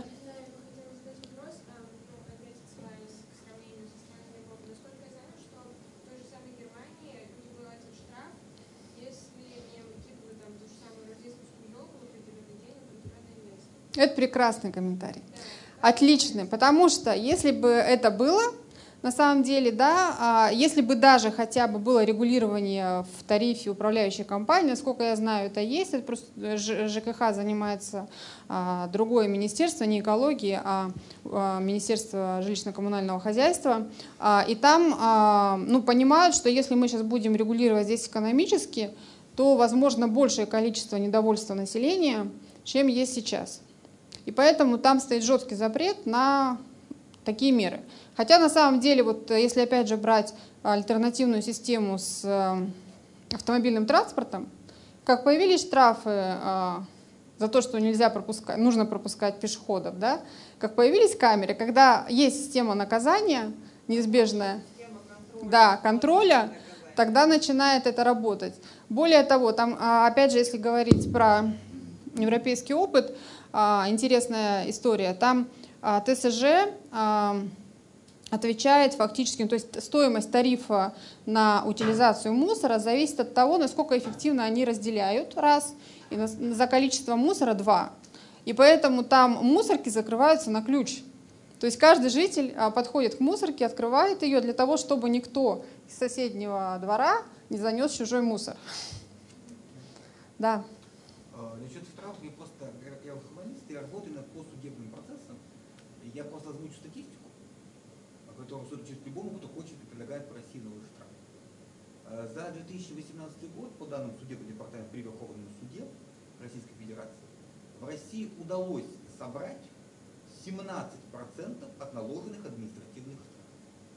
Это прекрасный комментарий. Отличный, потому что если бы это было, на самом деле, да, если бы даже хотя бы было регулирование в тарифе управляющей компании, насколько я знаю, это есть, это просто ЖКХ занимается другое министерство, не экологии, а Министерство жилищно-коммунального хозяйства, и там ну, понимают, что если мы сейчас будем регулировать здесь экономически, то возможно большее количество недовольства населения, чем есть сейчас. И поэтому там стоит жесткий запрет на такие меры. Хотя на самом деле, вот если опять же брать альтернативную систему с автомобильным транспортом, как появились штрафы а, за то, что нельзя пропускать, нужно пропускать пешеходов, да, как появились камеры, когда есть система наказания неизбежная, да, контроля, тогда начинает это работать. Более того, там, опять же, если говорить про европейский опыт, интересная история. Там тэ эс жэ отвечает фактически, то есть стоимость тарифа на утилизацию мусора зависит от того, насколько эффективно они разделяют, раз, и за количество мусора, два. И поэтому там мусорки закрываются на ключ. То есть каждый житель а, подходит к мусорке, открывает ее для того, чтобы никто из соседнего двора не занес чужой мусор. Да. Насчет штрафов, я просто, я журналист, я работаю над посудебным процессом, и я просто озвучу статистику, которую суд через любому, кто хочет, и предлагает по России новый штраф. За две тысячи восемнадцатый год, по данным судебного департамента при Верховном суде Российской Федерации, в России удалось собрать семнадцать процентов от наложенных административных штрафов.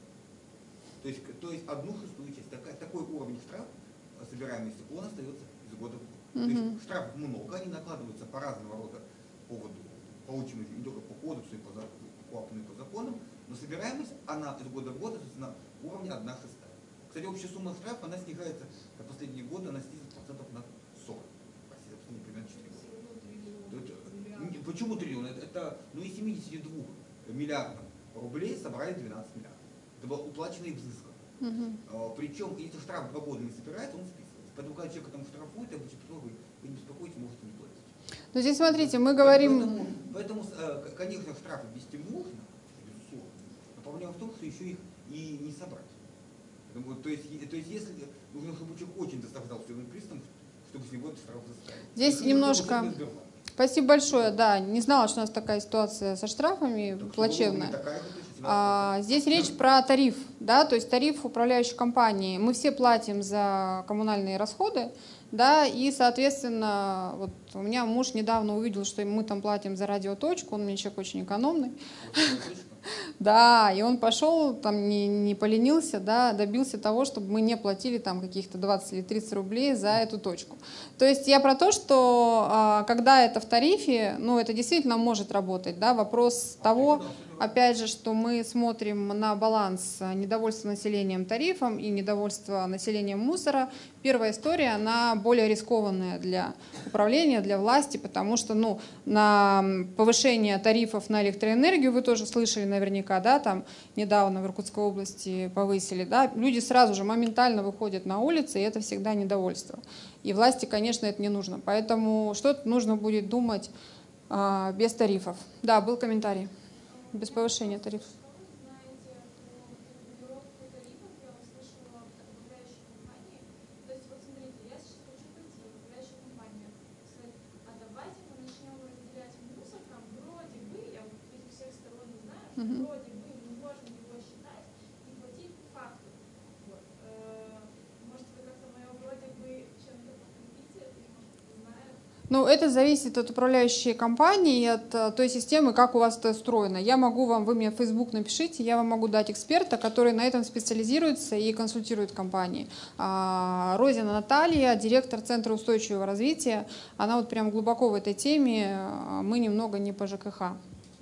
То есть, то есть одну шестую часть. Такой, такой уровень штрафа, собираемый стекло, остается из года в год. Mm-hmm. То есть штрафов много, они накладываются по разного рода поводу, полученным не только по кодексу, и по, по актам, и по законам, но собираемость, она из года в год на уровне одна шестая. Кстати, общая сумма штрафа, она снижается за последние годы, она снизится процентов на сорок. Россия, примерно четыре года. Это, почему триллион? Это, это ну, из семидесяти двух миллиардов рублей собрали двенадцать миллиардов. Это было уплачено и взыскано. Uh-huh. Причем, если штраф два года не собирается, он списывается. Поэтому, когда человека там штрафует, обычно вы, вы не беспокойтесь, можете не платить. Но здесь, смотрите, мы говорим... Поэтому, поэтому конечно, штрафы ввести можно, безусловно, но проблема в том, что еще их и не собрать. Поэтому, то, есть, то есть, если нужно, чтобы человек очень доставлял судебным приставом, чтобы с него этот штраф заставить. Здесь немножко... Спасибо большое, да, не знала, что у нас такая ситуация со штрафами так плачевная. Такая, а, здесь речь про тариф, да, то есть тариф управляющей компании. Мы все платим за коммунальные расходы, да, и, соответственно, вот у меня муж недавно увидел, что мы там платим за радиоточку, он у меня человек очень экономный. Да, и он пошел, там не, не поленился, да, добился того, чтобы мы не платили там каких-то двадцать или тридцать рублей за эту точку. То есть я про то, что когда это в тарифе, ну это действительно может работать, да, вопрос того, опять же, что мы смотрим на баланс недовольства населением тарифом и недовольства населением мусора. Первая история, она более рискованная для управления, для власти, потому что ну, на повышение тарифов на электроэнергию, вы тоже слышали наверняка, да, там недавно в Иркутской области повысили, да, люди сразу же моментально выходят на улицы, и это всегда недовольство. И власти, конечно, это не нужно. Поэтому что-то нужно будет думать а, без тарифов. Да, был комментарий. Без повышения тарифов. Угу. Вроде бы мы можем его считать и платить по факту. Вот. Может, вы как-то мое вроде бы чем-то подкрепите, или знаю? Ну, это зависит от управляющей компании, от той системы, как у вас это устроено. Я могу вам, вы мне в Facebook напишите, я вам могу дать эксперта, который на этом специализируется и консультирует компании. Розина Наталья, директор Центра устойчивого развития, она вот прям глубоко в этой теме, мы немного не по ЖКХ.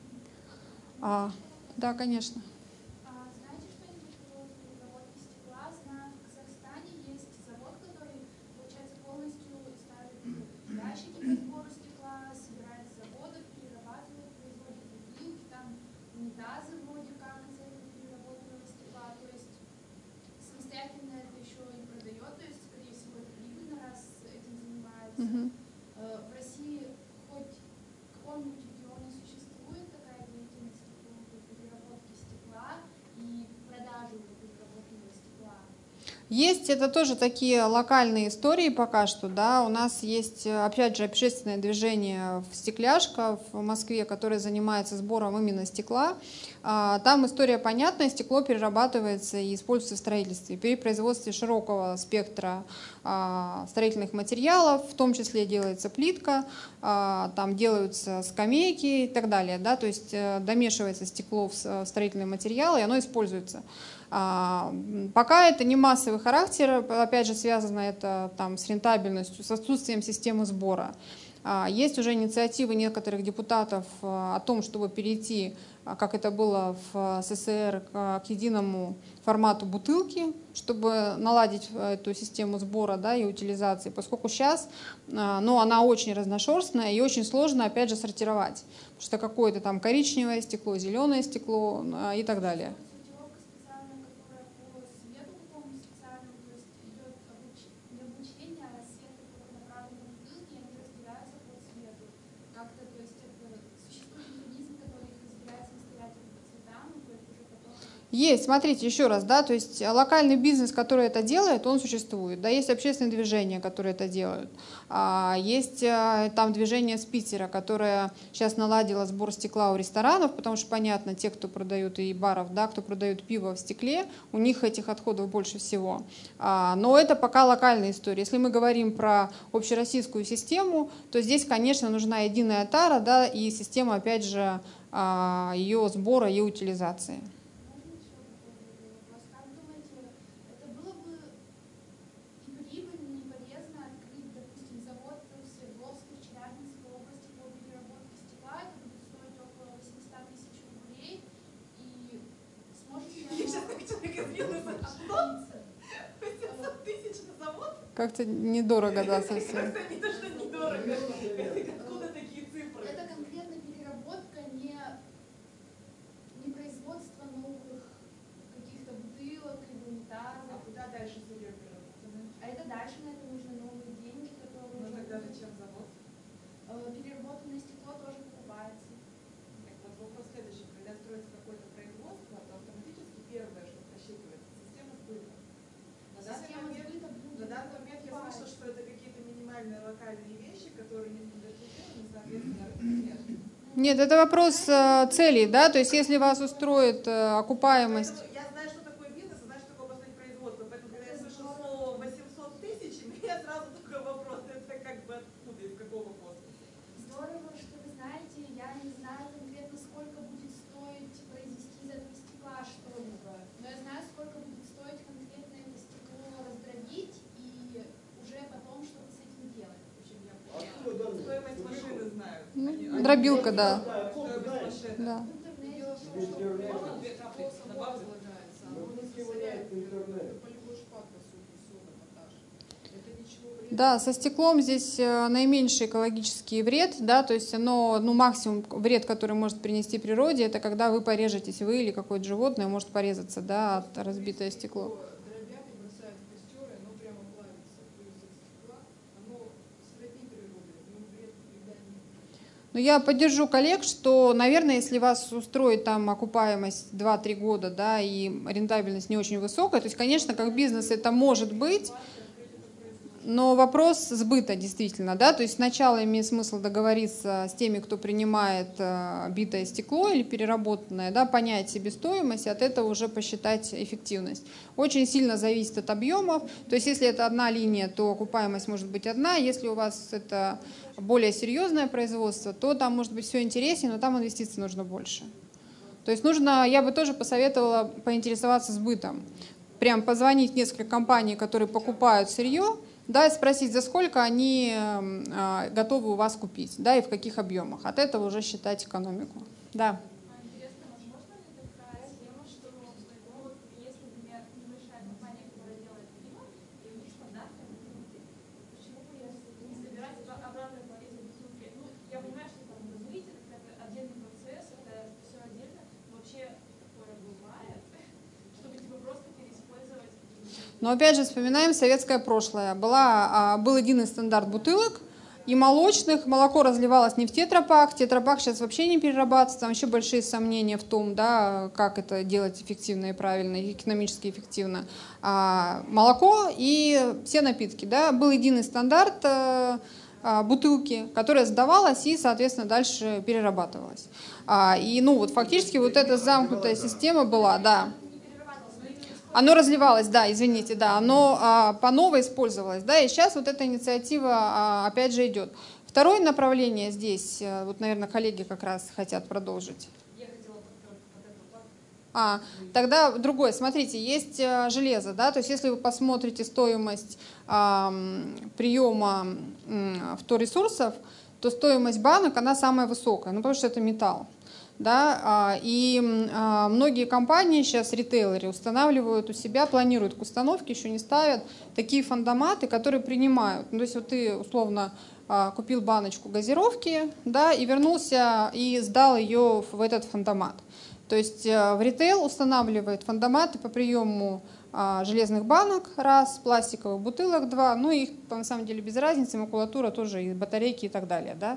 А, да, конечно. А, знаете что-нибудь про переработку стекла? Знаю, в Казахстане есть завод, который, получается, полностью ставит ящики по сбору стекла, собирает с заводов, перерабатывает, производит бутылки, там унитазы вроде как из этого переработанного стекла. То есть самостоятельно это еще и продает, то есть, скорее всего, это прибыльно, раз этим занимается. Uh-huh. В России хоть в каком-нибудь регионе существует такая деятельность переработки стекла и продажи переработанного стекла? Есть, это тоже такие локальные истории пока что, да, у нас есть, опять же, общественное движение в «Стекляшка» в Москве, которое занимается сбором именно стекла. Там история понятная, стекло перерабатывается и используется в строительстве, при производстве широкого спектра строительных материалов, в том числе делается плитка, там делаются скамейки и так далее, да, то есть домешивается стекло в строительные материалы, и оно используется. А, пока это не массовый характер, опять же связано это там, с рентабельностью, с отсутствием системы сбора. А, есть уже инициативы некоторых депутатов а, о том, чтобы перейти, а, как это было в СССР, к, к единому формату бутылки, чтобы наладить эту систему сбора, да, и утилизации, поскольку сейчас а, ну, она очень разношерстная и очень сложно опять же сортировать, потому что какое-то там коричневое стекло, зеленое стекло а, и так далее. Есть, смотрите, еще раз, да, то есть локальный бизнес, который это делает, он существует, да, есть общественные движения, которые это делают, а, есть а, там движение с Питера, которое сейчас наладило сбор стекла у ресторанов, потому что, понятно, те, кто продают и баров, да, кто продают пиво в стекле, у них этих отходов больше всего, а, но это пока локальная история. Если мы говорим про общероссийскую систему, то здесь, конечно, нужна единая тара, да, и система, опять же, а, ее сбора и утилизации. Как-то недорого, да, совсем. Как-то не то, что недорого. Откуда такие цифры? Это конкретно переработка, не, не производство новых каких-то бутылок или унитазов. А куда дальше сырье переработано? А это дальше на это нужны новые деньги, которые... Ну тогда зачем завод? Переработанное стекло тоже покупается. Так вот вопрос следующий. Когда строится какое-то производство, то автоматически первое, что просчитывается, система сбыта. На данный момент, на данный момент я слышала, что это какие-то минимальные локальные вещи, которые не стандартизированы, соответственно, нет. Нет, это вопрос э, целей, да, то есть если вас устроит э, окупаемость... Поэтому я знаю, что такое бизнес, и знаю, что такое построить производство, поэтому когда я слышу слово восемьсот тысяч, у меня сразу такой вопрос, это как бы откуда, из какого космоса? Здорово, что вы знаете, я не знаю конкретно, сколько будет стоить произвести из этого стекла что-либо, но я знаю, сколько будет стоить конкретно это стекло раздробить и уже потом что-то с этим делать. В общем, я поняла. Стоимость машины знают. Ну, Они- дробилка, да. Стоимость машины. Да. Дело в том, что оно само разлагается, оно не засоряет полевой шпат, по сути, сода, это ничего вредного. Да, со стеклом здесь э, наименьший экологический вред, да, то есть оно, ну, максимум вред, который может принести природе, это когда вы порежетесь, вы или какое-то животное может порезаться, да, от разбитое стекло. Дробят и бросают в костер, и оно прямо плавится. То есть от стекла оно сродни природе, в нем вред вреда нет. Но я поддержу коллег, что, наверное, если вас устроит там окупаемость два-три года, да, и рентабельность не очень высокая, то есть, конечно, как бизнес это может быть, но вопрос сбыта действительно, да, то есть сначала имеет смысл договориться с теми, кто принимает э, битое стекло или переработанное, да, понять себестоимость, и от этого уже посчитать эффективность. Очень сильно зависит от объемов, то есть если это одна линия, то окупаемость может быть одна, если у вас это более серьезное производство, то там может быть все интереснее, но там инвестиций нужно больше. То есть нужно, я бы тоже посоветовала поинтересоваться сбытом, прям позвонить в несколько компаний, которые покупают сырье, да, и спросить, за сколько они э, готовы у вас купить, да, и в каких объемах. От этого уже считать экономику. Да. Интересно, возможно ли такая схема, что ну, вот, если, например, небольшая компания, которая делает пиво, и у них стандартные бутылки, почему бы не собирать обратно по эти бутылки? Ну, я понимаю, что там разлить, это отдельный процесс, это все отдельно, но вообще такое бывает, чтобы типа просто переиспользовать. Но опять же вспоминаем советское прошлое. Была, был единый стандарт бутылок и молочных. Молоко разливалось не в тетрапак. Тетрапак сейчас вообще не перерабатывается. Там еще большие сомнения в том, да, как это делать эффективно и правильно, и экономически эффективно. А, молоко и все напитки. Да, был единый стандарт а, а, бутылки, которая сдавалась и, соответственно, дальше перерабатывалась. А, и ну, вот, фактически вот эта замкнутая система была, да. Оно разливалось, да, извините, да, оно а, по новой использовалось, да, и сейчас вот эта инициатива а, опять же идет. Второе направление здесь, вот, наверное, коллеги как раз хотят продолжить. Я хотела под А, тогда другое, смотрите, есть а, железо, да, то есть если вы посмотрите стоимость а, приема а, вторресурсов, то стоимость банок, она самая высокая, ну, потому что это металл. Да, и многие компании сейчас, ритейлеры, устанавливают у себя, планируют к установке, еще не ставят, такие фандоматы, которые принимают. Ну, то есть вот ты условно купил баночку газировки, да, и вернулся и сдал ее в этот фандомат. То есть в ритейл устанавливает фандоматы по приему железных банок, раз, пластиковых бутылок, два, ну их на самом деле без разницы, макулатура тоже, и батарейки и так далее, да.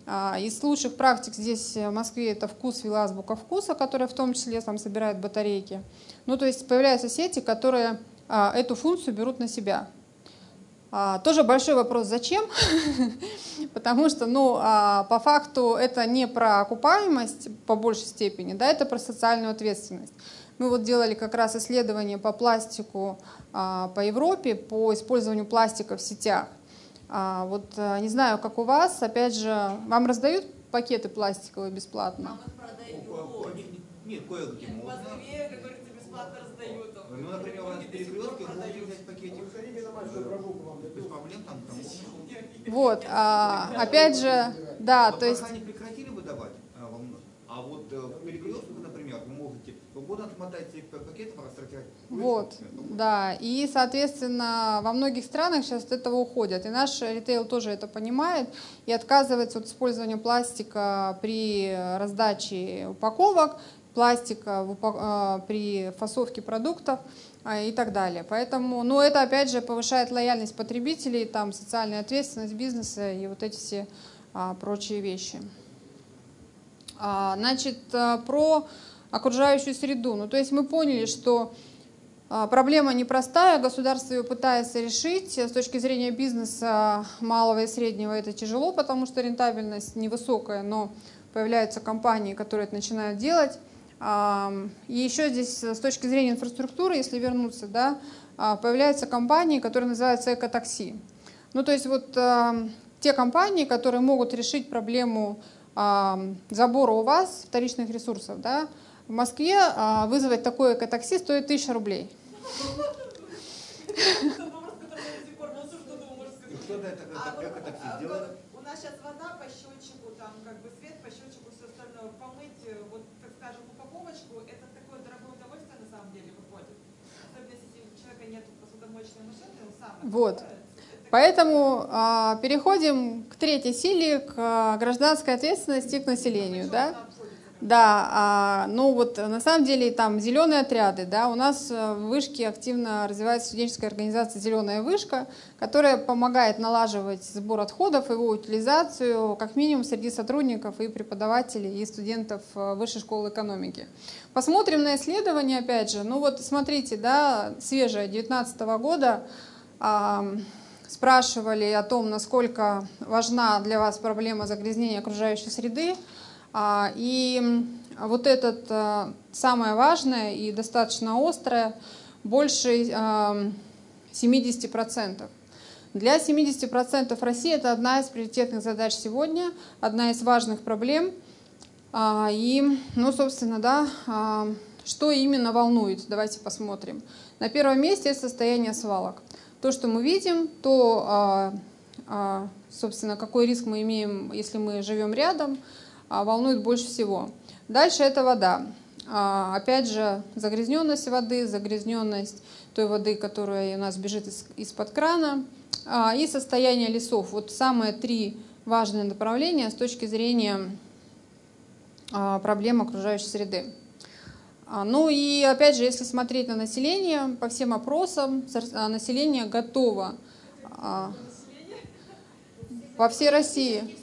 Из лучших практик здесь в Москве это «Вкусвилл», азбука вкуса, которая в том числе там собирает батарейки. Ну, то есть появляются сети, которые эту функцию берут на себя. Тоже большой вопрос, зачем? Потому что, ну, по факту это не про окупаемость по большей степени, да, это про социальную ответственность. Мы вот делали как раз исследование по пластику по Европе, по использованию пластика в сетях. А, вот не знаю, как у вас, опять же, вам раздают пакеты пластиковые бесплатно? Нам их продают. Нет, кое-где В Москве, как говорится, бесплатно раздают. Ну, например, у нас в перекрестке можете взять пакетик. Без проблем там. Вот, а, опять же, да, то есть... Они прекратили выдавать, а вот в перекрестках, например, вы можете угодно отмотать эти пакеты, рассортировать. Вот, да, и, соответственно, во многих странах сейчас от этого уходят, и наш ритейл тоже это понимает и отказывается от использования пластика при раздаче упаковок, пластика в упак... при фасовке продуктов и так далее. Поэтому, ну, это опять же повышает лояльность потребителей, там, социальная ответственность бизнеса и вот эти все а, прочие вещи. А, значит, про окружающую среду. Ну, то есть мы поняли, что а, проблема непростая, государство ее пытается решить. С точки зрения бизнеса малого и среднего это тяжело, потому что рентабельность невысокая, но появляются компании, которые это начинают делать. И еще здесь с точки зрения инфраструктуры, если вернуться, да, появляются компании, которые называются экотакси. Ну, то есть вот те компании, которые могут решить проблему забора у вас вторичных ресурсов, да, в Москве вызвать такое экотакси стоит тысяча рублей. У нас сейчас вода по счетчику, там как бы свет по счетчику, все остальное. Помыть, вот, так скажем, упаковочку, это такое дорогое удовольствие на самом деле выходит. Особенно если у человека нет посудомоечной машины, он сам. Вот. Поэтому а, переходим к третьей силе, к а, гражданской ответственности к населению, да? Да, а, ну вот на самом деле там зеленые отряды, да, у нас в Вышке активно развивается студенческая организация «Зеленая вышка», которая помогает налаживать сбор отходов, его утилизацию, как минимум среди сотрудников и преподавателей и студентов Высшей школы экономики. Посмотрим на исследования, опять же, ну вот смотрите, да, свежее, две тысячи девятнадцатого года, а, спрашивали о том, насколько важна для вас проблема загрязнения окружающей среды. И вот это самое важное и достаточно острое, больше семидесяти процентов. Для семидесяти процентов России это одна из приоритетных задач сегодня, одна из важных проблем. И, ну, собственно, да, что именно волнует, давайте посмотрим. На первом месте это состояние свалок. То, что мы видим, то, собственно, какой риск мы имеем, если мы живем рядом, волнует больше всего. Дальше это вода. Опять же, загрязненность воды, загрязненность той воды, которая у нас бежит из-под крана, и состояние лесов. Вот самые три важные направления с точки зрения проблем окружающей среды. Ну и опять же, если смотреть на население, по всем опросам, население готово по всей России.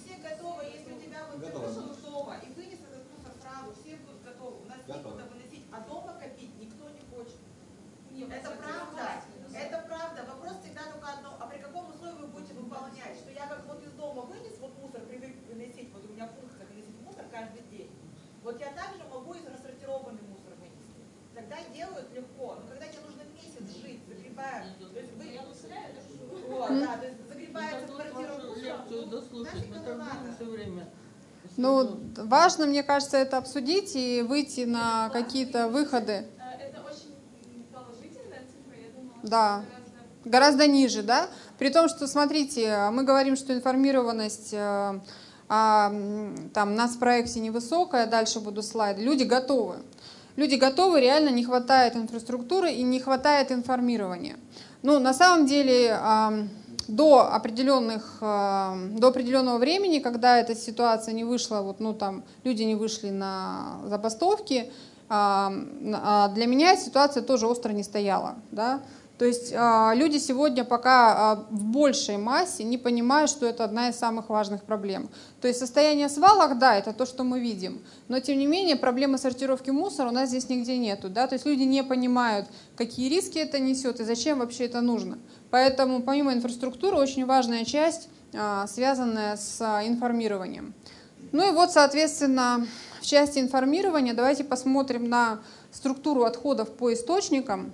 Это правда, это правда. Вопрос всегда только одно, а при каком условии вы будете выполнять? Что я как вот из дома вынес, вот мусор привык выносить, вот у меня функция выносить мусор каждый день. Вот я также могу и рассортированный мусор вынести. Тогда делают легко, но когда тебе нужно месяц жить, загребая, то есть вы... Вот, да, то есть загребается квартира мусора. Ну, важно, мне кажется, это обсудить и выйти на какие-то выходы. Да, гораздо ниже, да. При том, что, смотрите, мы говорим, что информированность о, там, нас в проекте невысокая, дальше будут слайды. Люди готовы. Люди готовы, реально не хватает инфраструктуры и не хватает информирования. Ну, на самом деле, до, определенных, до определенного времени, когда эта ситуация не вышла, вот, ну, там, люди не вышли на забастовки, для меня ситуация тоже остро не стояла, да. То есть э, люди сегодня пока э, в большей массе не понимают, что это одна из самых важных проблем. То есть состояние свалок, да, это то, что мы видим, но тем не менее проблемы сортировки мусора у нас здесь нигде нету. Да? То есть люди не понимают, какие риски это несет и зачем вообще это нужно. Поэтому помимо инфраструктуры очень важная часть, э, связанная с информированием. Ну и вот, соответственно, в части информирования давайте посмотрим на структуру отходов по источникам.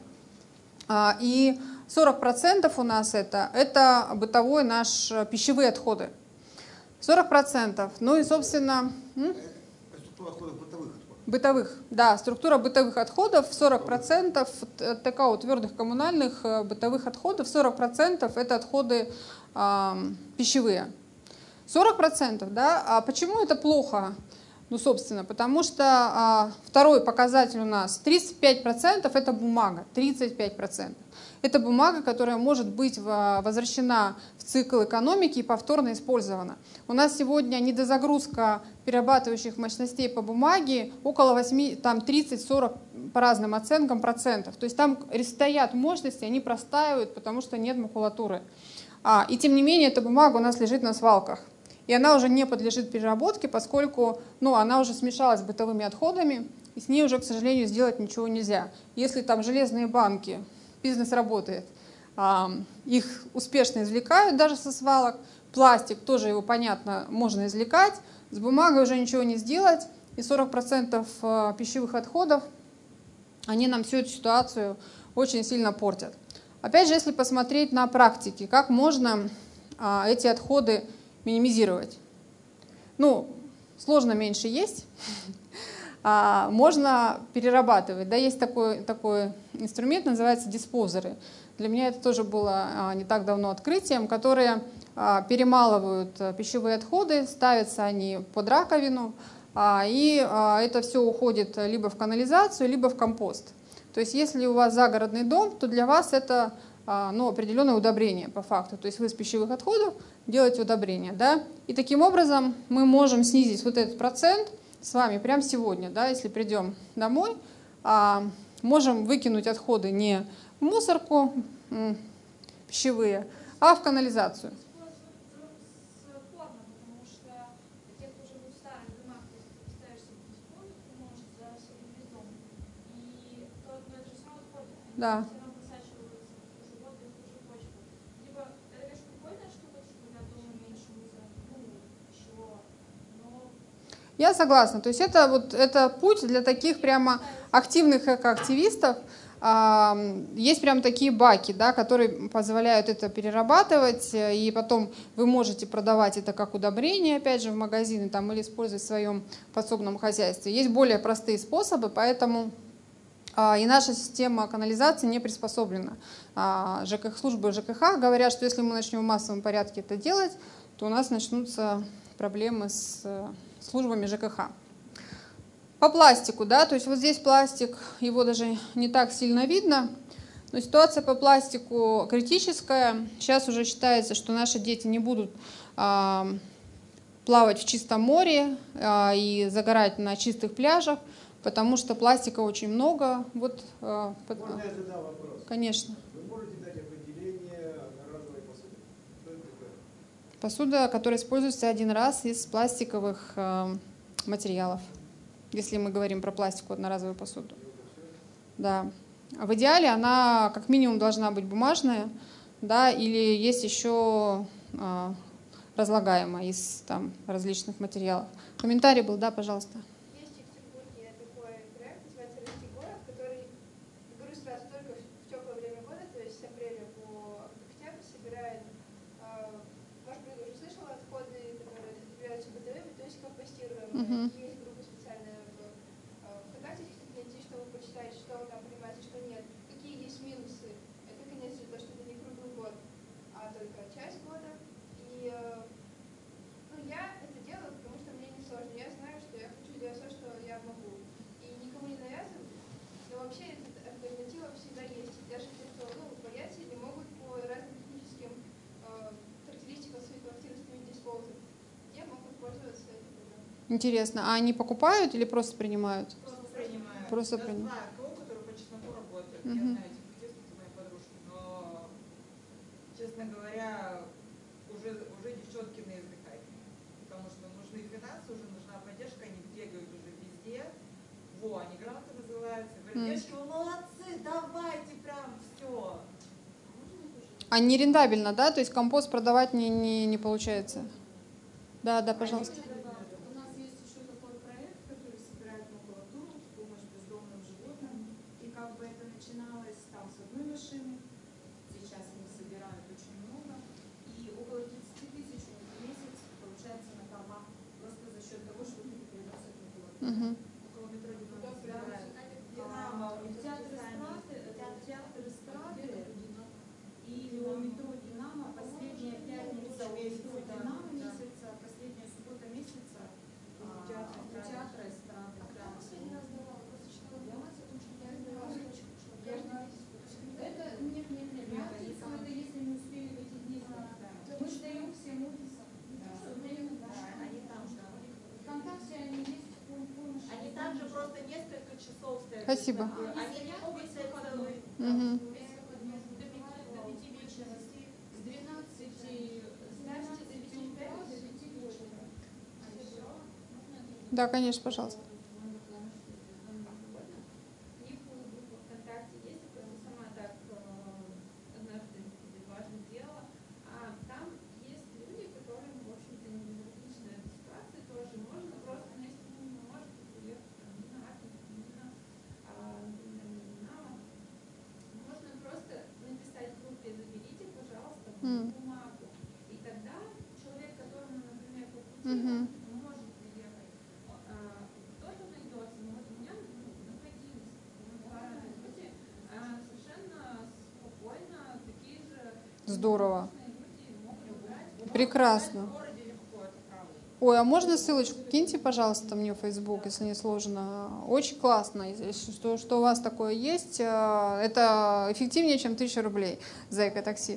И сорок процентов у нас это, это бытовой наш пищевые отходы. сорок процентов. Ну и, собственно... Структура отходов бытовых отходов. Бытовых, да, структура бытовых отходов, сорок процентов ТКО, твердых коммунальных бытовых отходов, сорок процентов это отходы э, пищевые. сорок процентов, да, а почему это плохо? Ну, собственно, потому что а, второй показатель у нас тридцать пять процентов это бумага, тридцать пять процентов. Это бумага, которая может быть возвращена в цикл экономики и повторно использована. У нас сегодня недозагрузка перерабатывающих мощностей по бумаге около восьми, там тридцать-сорок по разным оценкам процентов. То есть там стоят мощности, они простаивают, потому что нет макулатуры. А, и тем не менее эта бумага у нас лежит на свалках. И она уже не подлежит переработке, поскольку ну, она уже смешалась с бытовыми отходами, и с ней уже, к сожалению, сделать ничего нельзя. Если там железные банки, бизнес работает, их успешно извлекают даже со свалок, пластик тоже его, понятно, можно извлекать, с бумагой уже ничего не сделать, и сорок процентов пищевых отходов, они нам всю эту ситуацию очень сильно портят. Опять же, если посмотреть на практике, как можно эти отходы минимизировать. Ну, сложно меньше есть, а можно перерабатывать. Да, есть такой, такой инструмент, называется диспозеры. Для меня это тоже было а, не так давно открытием, которые а, перемалывают а, пищевые отходы, ставятся они под раковину, а, и а, это все уходит либо в канализацию, либо в компост. То есть если у вас загородный дом, то для вас это ну, определенное удобрение по факту. То есть вы из пищевых отходов делаете удобрение. Да? И таким образом мы можем снизить вот этот процент с вами прямо сегодня. Да? Если придем домой, а, можем выкинуть отходы не в мусорку м, пищевые, а в канализацию. Да. Я согласна. То есть это, вот, это путь для таких прямо активных экоактивистов. Есть прям такие баки, да, которые позволяют это перерабатывать, и потом вы можете продавать это как удобрение, опять же, в магазины там, или использовать в своем подсобном хозяйстве. Есть более простые способы, поэтому и наша система канализации не приспособлена. ЖКХ, службы ЖКХ говорят, что если мы начнем в массовом порядке это делать, то у нас начнутся проблемы с службами ЖКХ. По пластику, да, то есть вот здесь пластик, его даже не так сильно видно, но ситуация по пластику критическая. Сейчас уже считается, что наши дети не будут а, плавать в чистом море а, и загорать на чистых пляжах, потому что пластика очень много. Вот, а, Можно я задам вопрос? Конечно. Вы можете дать определение одноразовой посуды? Что это такое? Посуда, которая используется один раз из пластиковых а, материалов. Если мы говорим про пластиковую одноразовую посуду. Да. В идеале она как минимум должна быть бумажная, да, или есть еще а, разлагаемая из там, различных материалов. Комментарий был, да, пожалуйста. Есть в Екатеринбурге такой проект, называется «Расти город», который, говорю сразу, только в теплое время года, то есть с апреля по октябрь собирает, а, может быть, уже слышала, отходы, которые являются бытовыми, то есть компостируемые. Угу. Что там понимаете, что нет, какие есть минусы. Это, конечно, то, что это не круглый год, а только часть года. И ну, я это делаю, потому что мне не сложно. Я знаю, что я хочу делать все, что я могу. И никому не навязываю. Но вообще эта альтернатива всегда есть. И даже те, кто ну, боятся, не могут по разным техническим э, характеристикам своих активностей диспозов, те могут пользоваться этой программой. Интересно, а они покупают или просто принимают? Просто принимают. Просто Я принимают. знаю кого, который по чесноку работает. Угу. Я знаю этих детей, это мои подружки. Но честно говоря, уже, уже девчонки на языках. Потому что нужны финансы, уже нужна поддержка, они бегают уже везде. Во, они грамотно называются. Говорят, девочки, вы молодцы, давайте прям все. А не рентабельно, да? То есть компост продавать не, не, не получается? Да, да, пожалуйста. У нас есть еще такой проект, который собирает макулатуру в помощь бездомным животным. И как бы это начиналось там с одной машины. Сейчас они собирают очень много. И около тридцати тысяч в месяц получается на кормах. Просто за счет того, что люди приносят макулатуру. Угу. Около метро Динамо собирают. А, театр эстрады, театр эстрады и у метро Динамо последняя пятница у метро Динамо месяца, последняя суббота месяца у театра эстрады. Последний раз давала, просто читала информацию, потому что я знала, Это нет, нет, нет, нет, это если не успели в эти дни. Мы сдаем всем офисам. Они там же. ВКонтакте они есть, помощь. Они также просто несколько часов стоят. Спасибо. Они не могут стоять целый. Угу. До пяти вечера, с двенадцати, с двенадцати до пяти утра, до пяти вечера. Да, конечно, пожалуйста. У них группа ВКонтакте есть, я просто сама так однажды важно делала. А там есть люди, которым, в общем-то, не безразлична эта ситуация тоже. Можно просто, ну, если вы не можете приехать там, не на Атомку, не на, а, например, не на Динамо, можно просто написать в группе: заберите, пожалуйста, М. бумагу. И тогда человек, которому, например, по пути, Мгм. он может приехать. А, кто-то найдется, но вот у меня ну, находились ну, два раза люди, а, совершенно спокойно такие же Здорово. люди могут убрать. Прекрасно. В городе легко, это правда. Ой, а можно ссылочку киньте, пожалуйста, мне в Facebook, если не сложно. Очень классно, если что, что у вас такое есть. э, Это эффективнее, чем тысяча рублей за экотакси.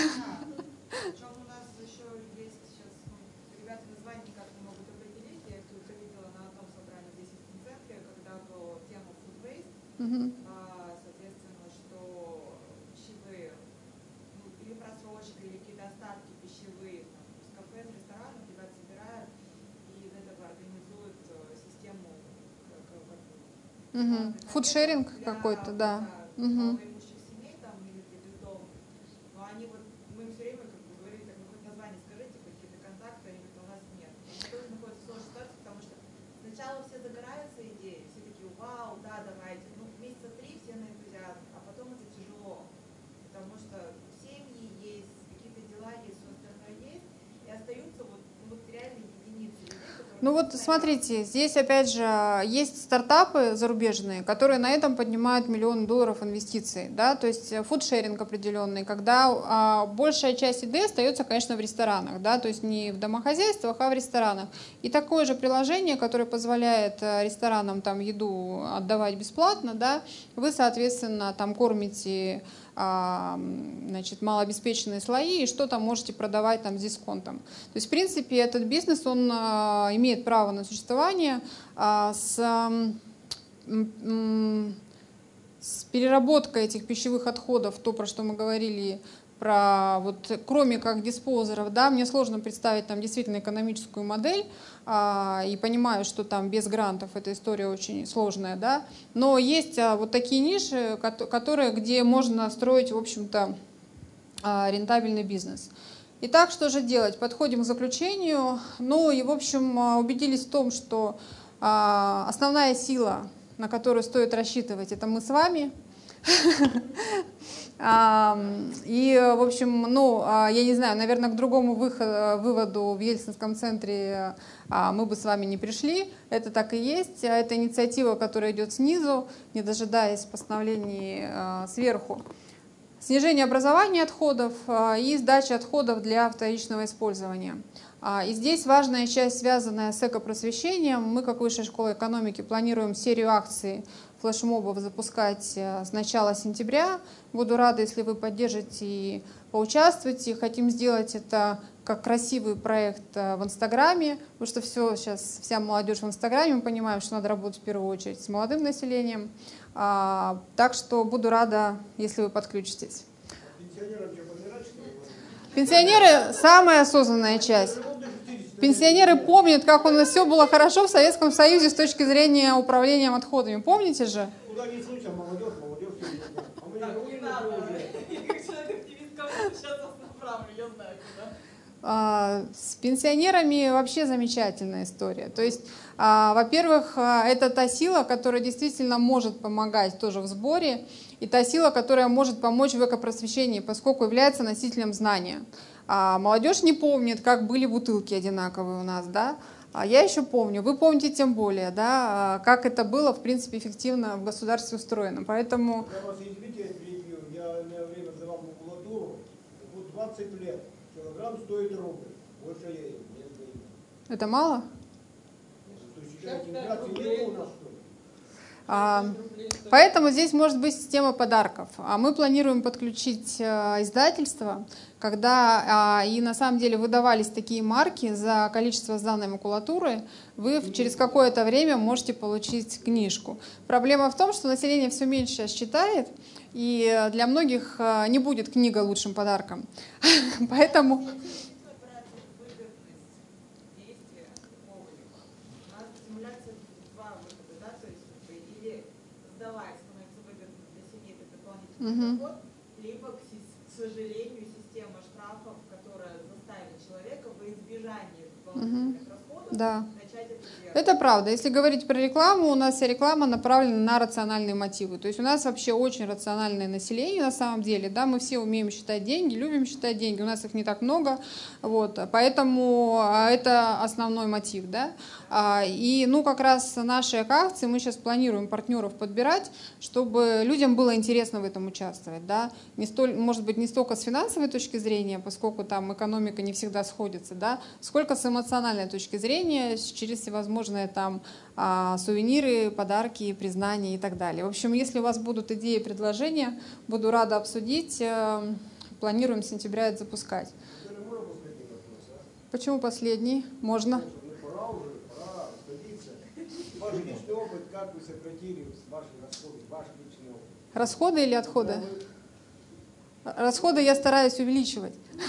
Причем у нас еще есть сейчас, ну, ребята название никак не могут определить. Я это уже видела на одном собрании здесь в центре, когда была тема food waste. Мгм. А, соответственно, что пищевые, ну, или просрочка, или какие-то остатки пищевые там, из кафе, из ресторанов ребята собирают и из этого организуют э, систему как, как, как, Мгм. бесплатных Фудшеринг обедов для, какой-то, да. для Мгм. малоимущих семей там, или для бездомных. Но они вот, мы им все время как бы говорили, так, ну хоть название скажите, хоть какие-то контакты, они говорят, у нас нет. Они тоже находятся в сложной ситуации, потому что сначала все загораются идеей, все такие, вау, да, давайте. Ну, месяца три все на энтузиазме, а потом это тяжело, потому что семьи есть, какие-то дела есть, все остальное есть, и остаются вот, ну, вот реально единицы людей, которые... Ну вот смотрите, здесь опять же есть стартапы зарубежные, которые на этом поднимают миллионы долларов инвестиций, да, то есть фудшеринг определенный, когда а, большая часть еды остается, конечно, в ресторанах, да, то есть не в домохозяйствах, а в ресторанах. И такое же приложение, которое позволяет а, ресторанам там еду отдавать бесплатно, да, вы, соответственно, там кормите а, значит, малообеспеченные слои, и что там можете продавать там с дисконтом. То есть, в принципе, этот бизнес, он а, имеет право на существование а, с, м, м, с переработкой этих пищевых отходов, то, про что мы говорили, про вот кроме как диспозеров, да, мне сложно представить там действительно экономическую модель, а, и понимаю, что там без грантов эта история очень сложная, да, но есть а, вот такие ниши, ко- которые, где можно строить, в общем-то, а, рентабельный бизнес. Итак, что же делать? Подходим к заключению. Ну и, в общем, а, убедились в том, что а, основная сила, на которую стоит рассчитывать, это мы с вами. А, И, в общем, ну, а, я не знаю, наверное, к другому выход- выводу в Ельцинском центре а, мы бы с вами не пришли. Это так и есть. А Это инициатива, которая идет снизу, не дожидаясь постановлений а, сверху. Снижение образования отходов а, и сдача отходов для вторичного использования. А, И здесь важная часть, связанная с экопросвещением. Мы, как Высшая школа экономики, планируем серию акций флешмобов запускать э, с начала сентября. Буду рада, если вы поддержите и поучаствуете. Хотим сделать это как красивый проект э, в Инстаграме, потому что все сейчас, вся молодежь в Инстаграме, мы понимаем, что надо работать в первую очередь с молодым населением. А, Так что буду рада, если вы подключитесь. Пенсионерам что, помирать, что ли? Пенсионеры – самая осознанная часть. Пенсионеры помнят, как у нас все было хорошо в Советском Союзе с точки зрения управления отходами. Помните же? Куда ни случай, молодежь, молодежь. А мы не Как человек активист, кому сейчас направлю, я знаю, куда. А, с пенсионерами вообще замечательная история. То есть, а, во-первых, а, это та сила, которая действительно может помогать тоже в сборе, и та сила, которая может помочь в экопросвещении, поскольку является носителем знания. А молодежь не помнит, как были бутылки одинаковые у нас, да? А я еще помню, вы помните тем более, да, как это было, в принципе, эффективно в государстве устроено. Поэтому... Я вас извините, я перебью. Я на время сдавал макулатуру. Вот двадцать лет. Килограмм стоит рубль. Больше я не сдаю. Это мало? То есть сейчас инфляции нет у нас, что ли? А, поэтому здесь может быть система подарков. А мы планируем подключить а, издательство, когда а, и на самом деле выдавались такие марки за количество сданной макулатуры, вы через какое-то время можете получить книжку. Проблема в том, что население все меньше сейчас читает, и для многих а, не будет книга лучшим подарком. Поэтому... Угу. Либо, к сожалению, система штрафов, которая заставит человека во избежание дополнительных угу. расходов да. начать это делать. Это правда. Если говорить про рекламу, у нас вся реклама направлена на рациональные мотивы. То есть у нас вообще очень рациональное население на самом деле. Да? Мы все умеем считать деньги, любим считать деньги, у нас их не так много. Вот. Поэтому это основной мотив. Да? И ну, как раз наши акции мы сейчас планируем партнеров подбирать, чтобы людям было интересно в этом участвовать. Да? Не столь, может быть, не столько с финансовой точки зрения, поскольку там экономика не всегда сходится, да? Сколько с эмоциональной точки зрения, через всевозможные там а, сувениры, подарки, признания и так далее. В общем, если у вас будут идеи, предложения, буду рада обсудить. Планируем с сентября это запускать. Почему последний? Можно. Пора уже, пора садиться. Ваш личный опыт, как вы сократили ваши расходы, ваш личный опыт? Расходы или отходы? Расходы я стараюсь увеличивать.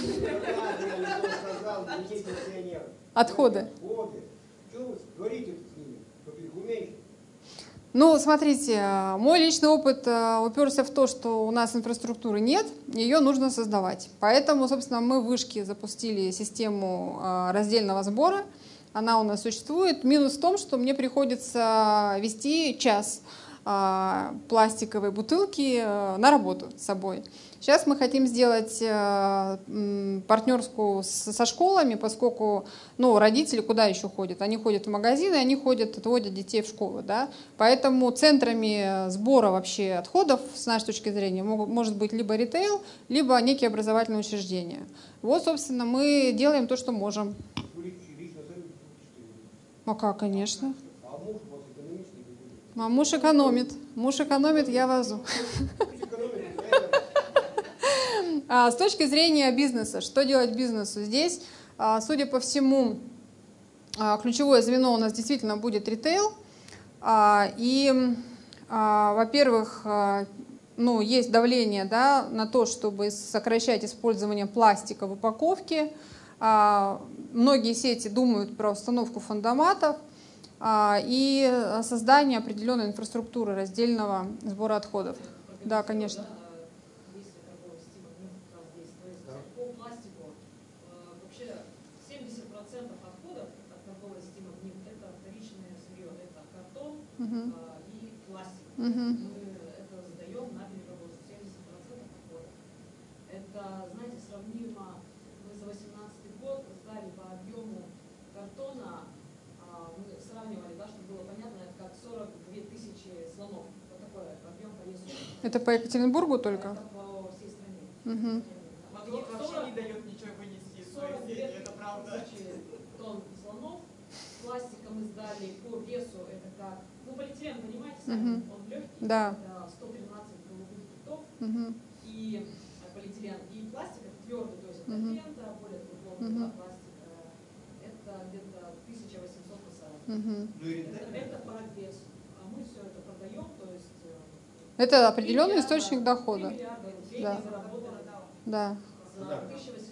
Отходы. Что вы говорите с ними, чтобы их уменьшить? Ну, смотрите, мой личный опыт уперся в то, что у нас инфраструктуры нет, ее нужно создавать. Поэтому, собственно, мы в Вышке запустили систему раздельного сбора. Она у нас существует. Минус в том, что мне приходится вести час пластиковой бутылки на работу с собой. Сейчас мы хотим сделать партнерскую со школами, поскольку ну, родители куда еще ходят? Они ходят в магазины, они ходят, отводят детей в школу. Да? Поэтому центрами сбора вообще отходов, с нашей точки зрения, может быть либо ритейл, либо некие образовательные учреждения. Вот, собственно, мы делаем то, что можем. Ну как, конечно. А муж экономит. Муж экономит, я вожу. А с точки зрения бизнеса, что делать бизнесу? Здесь, судя по всему, ключевое звено у нас действительно будет ритейл. И, во-первых, ну, есть давление, да, на то, чтобы сокращать использование пластика в упаковке. Многие сети думают про установку фандоматов и создание определенной инфраструктуры раздельного сбора отходов. Да, конечно. Uh-huh. И пластик. Uh-huh. Мы это сдаем на переработку. семьдесят процентов отходов. Это, знаете, сравнимо, мы за восемнадцатый год сдали по объему картона, мы сравнивали, да, чтобы было понятно, это как сорок две тысячи слонов. Вот такой объем по весу. Это по Екатеринбургу только? Это по всей стране. Uh-huh. Магнит вообще не дает ничего вынести из своей сети, это правда. Тонн слонов. Пластика мы сдали по весу, это как, ну, полиэтилен, понимаете, uh-huh. он легкий, да. Это сто тринадцать голубых китов, uh-huh. и полиэтилен, и пластик, это твердый, то есть это uh-huh. лента, более плотный uh-huh. пластика, это где-то тысяча восемьсот косарей. Uh-huh. это, это по весу, а мы все это продаем, то есть... Это определенный источник дохода. три миллиарда рублей да. заработали да. за две тысячи восемнадцатый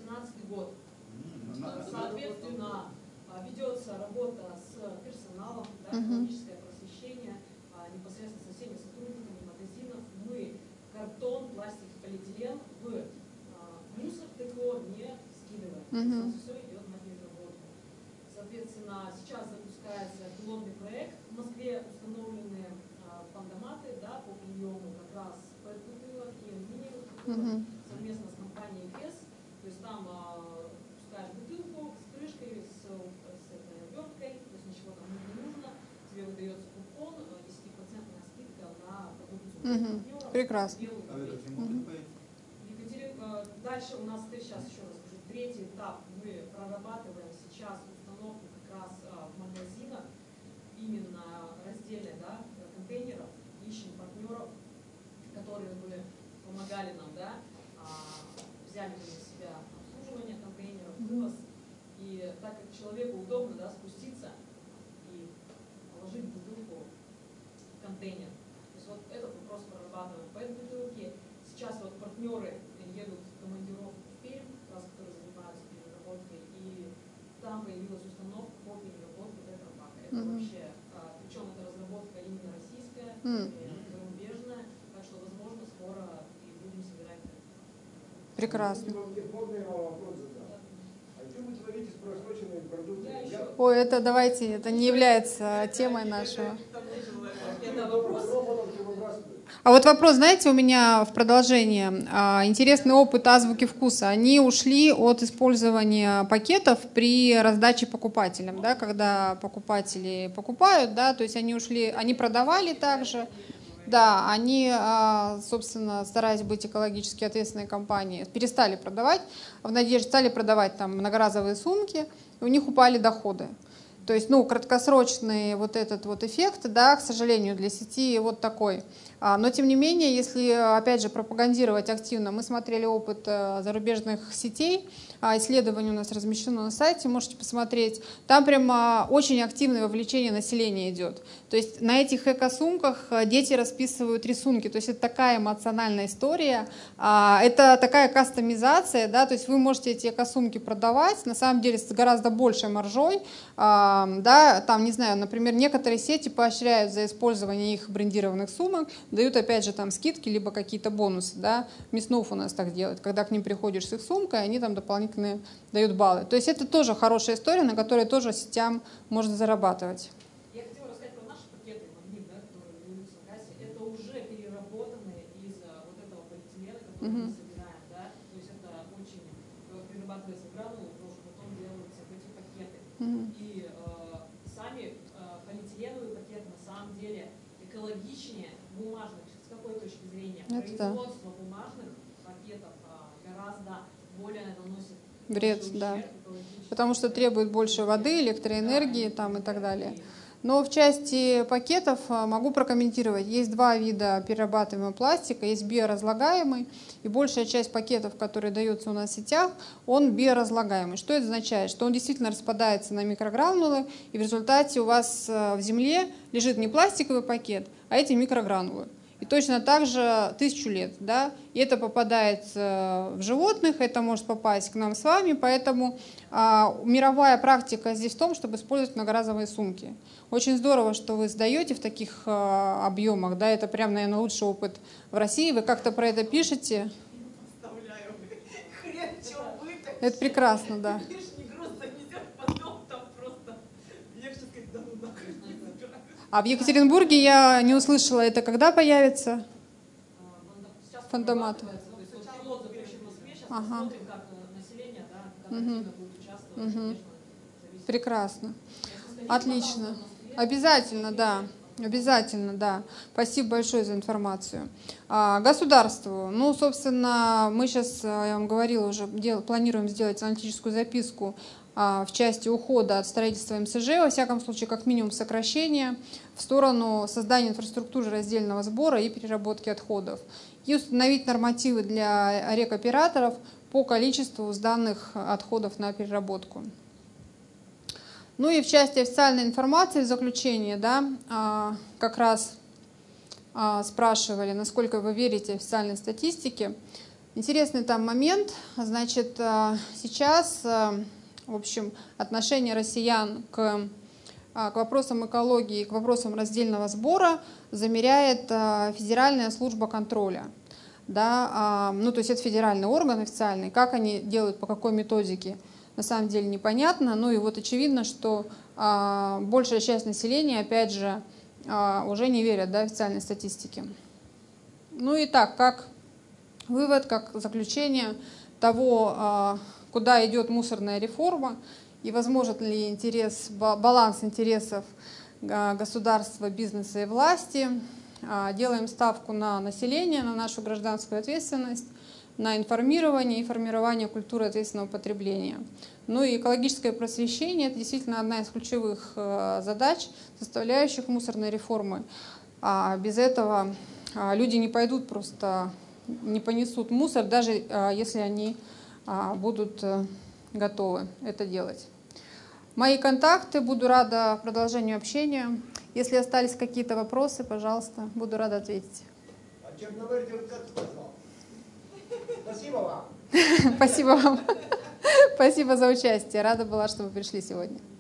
год. Соответственно, ведется работа с персоналом, да, экологическое просвещение, непосредственно со всеми сотрудниками магазинов. Мы картон, пластик, полиэтилен в мусор ТКО не скидываем. Uh-huh. Все идет на переработку. Соответственно, сейчас запускается пилотный проект. В Москве установлены фандоматы, да, по приему как раз пэт-бутылок и алюминиевых бутылок uh-huh. совместно с компанией ФЕС. То есть там пускаешь бутылку с крышкой, с, с этой оберткой, то есть ничего там не нужно. Тебе выдается купон, десятипроцентная скидка на продукцию. Uh-huh. Прекрасно. Uh-huh. Дальше у нас, сейчас еще раз скажу, третий этап. Мы прорабатываем сейчас установку как раз в магазинах именно раздельных, да, контейнеров. Ищем партнеров, которые бы помогали нам, да, взяли бы на себя обслуживание контейнеров, вывоз. И так как человеку удобно, да, спуститься и положить бутылку в контейнер. То есть вот этот вопрос прорабатываем. По этой бутылке сейчас вот партнеры едут в командировку в Пермь, как раз, которые занимаются переработкой, и там появилась установка по переработке тетрапака. Это mm-hmm. вообще, а, причем это разработка именно российская, mm-hmm. зарубежная, так что, возможно, скоро и будем собирать. Прекрасно. Я... Ой, это давайте, это не является темой нашего. Это вопрос. А вот вопрос, знаете, у меня в продолжение. Интересный опыт азбуки вкуса. Они ушли от использования пакетов при раздаче покупателям, да, когда покупатели покупают, да, то есть они ушли, они продавали также. Да, они, собственно, стараясь быть экологически ответственной компанией, перестали продавать, в надежде стали продавать там многоразовые сумки, и у них упали доходы. То есть, ну, краткосрочный вот этот вот эффект, да, к сожалению, для сети вот такой. Но, тем не менее, если, опять же, пропагандировать активно, мы смотрели опыт зарубежных сетей, исследование у нас размещено на сайте, можете посмотреть. Там прямо очень активное вовлечение населения идет. То есть на этих эко-сумках дети расписывают рисунки. То есть это такая эмоциональная история, это такая кастомизация, да, то есть вы можете эти эко-сумки продавать, на самом деле с гораздо большей маржой. Да, там, не знаю, например, некоторые сети поощряют за использование их брендированных сумок, дают опять же там скидки, либо какие-то бонусы. Да. Мяснов у нас так делают, когда к ним приходишь с их сумкой, они там дополнительно дают баллы. То есть это тоже хорошая история, на которой тоже сетям можно зарабатывать. Я хотела рассказать про наши пакеты магнит, да, которые выдаются в кассе. Это уже переработанные из вот этого полиэтилена, который uh-huh. мы собираем. Да? То есть это очень перерабатывается гранулы, потому что потом делаются эти пакеты. Uh-huh. И э, сами э, полиэтиленовые пакеты на самом деле экологичнее бумажных. С какой точки зрения? Это производство да. бумажных пакетов э, гораздо более наносит вред, да. Потому что требует больше воды, электроэнергии там, и так далее. Но в части пакетов могу прокомментировать. Есть два вида перерабатываемого пластика. Есть биоразлагаемый, и большая часть пакетов, которые даются у нас в сетях, он биоразлагаемый. Что это означает? Что он действительно распадается на микрогранулы, и в результате у вас в земле лежит не пластиковый пакет, а эти микрогранулы. И точно так же тысячу лет, да, и это попадает в животных, это может попасть к нам с вами, поэтому а, мировая практика здесь в том, чтобы использовать многоразовые сумки. Очень здорово, что вы сдаете в таких а, объемах, да, это прям, наверное, лучший опыт в России, вы как-то про это пишете. Это прекрасно, да. А в Екатеринбурге я не услышала, это когда появится? Фандомат. Ага. Угу. Угу. Прекрасно. Отлично. Обязательно, да. Обязательно, да. Спасибо большое за информацию. А, государству. Ну, собственно, мы сейчас, я вам говорила, уже дел, планируем сделать аналитическую записку в части ухода от строительства эм эс жэ, во всяком случае, как минимум сокращения, в сторону создания инфраструктуры раздельного сбора и переработки отходов. И установить нормативы для рекоператоров по количеству сданных отходов на переработку. Ну и в части официальной информации, в заключение, да, как раз спрашивали, насколько вы верите официальной статистике. Интересный там момент. Значит, сейчас, в общем, отношение россиян к, к вопросам экологии, к вопросам раздельного сбора замеряет Федеральная служба контроля. Да, ну, то есть это федеральный орган официальный. Как они делают, по какой методике, на самом деле непонятно. Ну и вот очевидно, что большая часть населения, опять же, уже не верят, да, официальной статистике. Ну и так, как вывод, как заключение того, куда идет мусорная реформа и возможен ли интерес, баланс интересов государства, бизнеса и власти. Делаем ставку на население, на нашу гражданскую ответственность, на информирование и формирование культуры ответственного потребления. Ну и экологическое просвещение – это действительно одна из ключевых задач, составляющих мусорной реформы. Без этого люди не пойдут просто, не понесут мусор, даже если они будут готовы это делать. Мои контакты, буду рада продолжению общения. Если остались какие-то вопросы, пожалуйста, буду рада ответить. А Черномырдин как сказал? Спасибо вам. Спасибо вам. Спасибо за участие. Рада была, что вы пришли сегодня.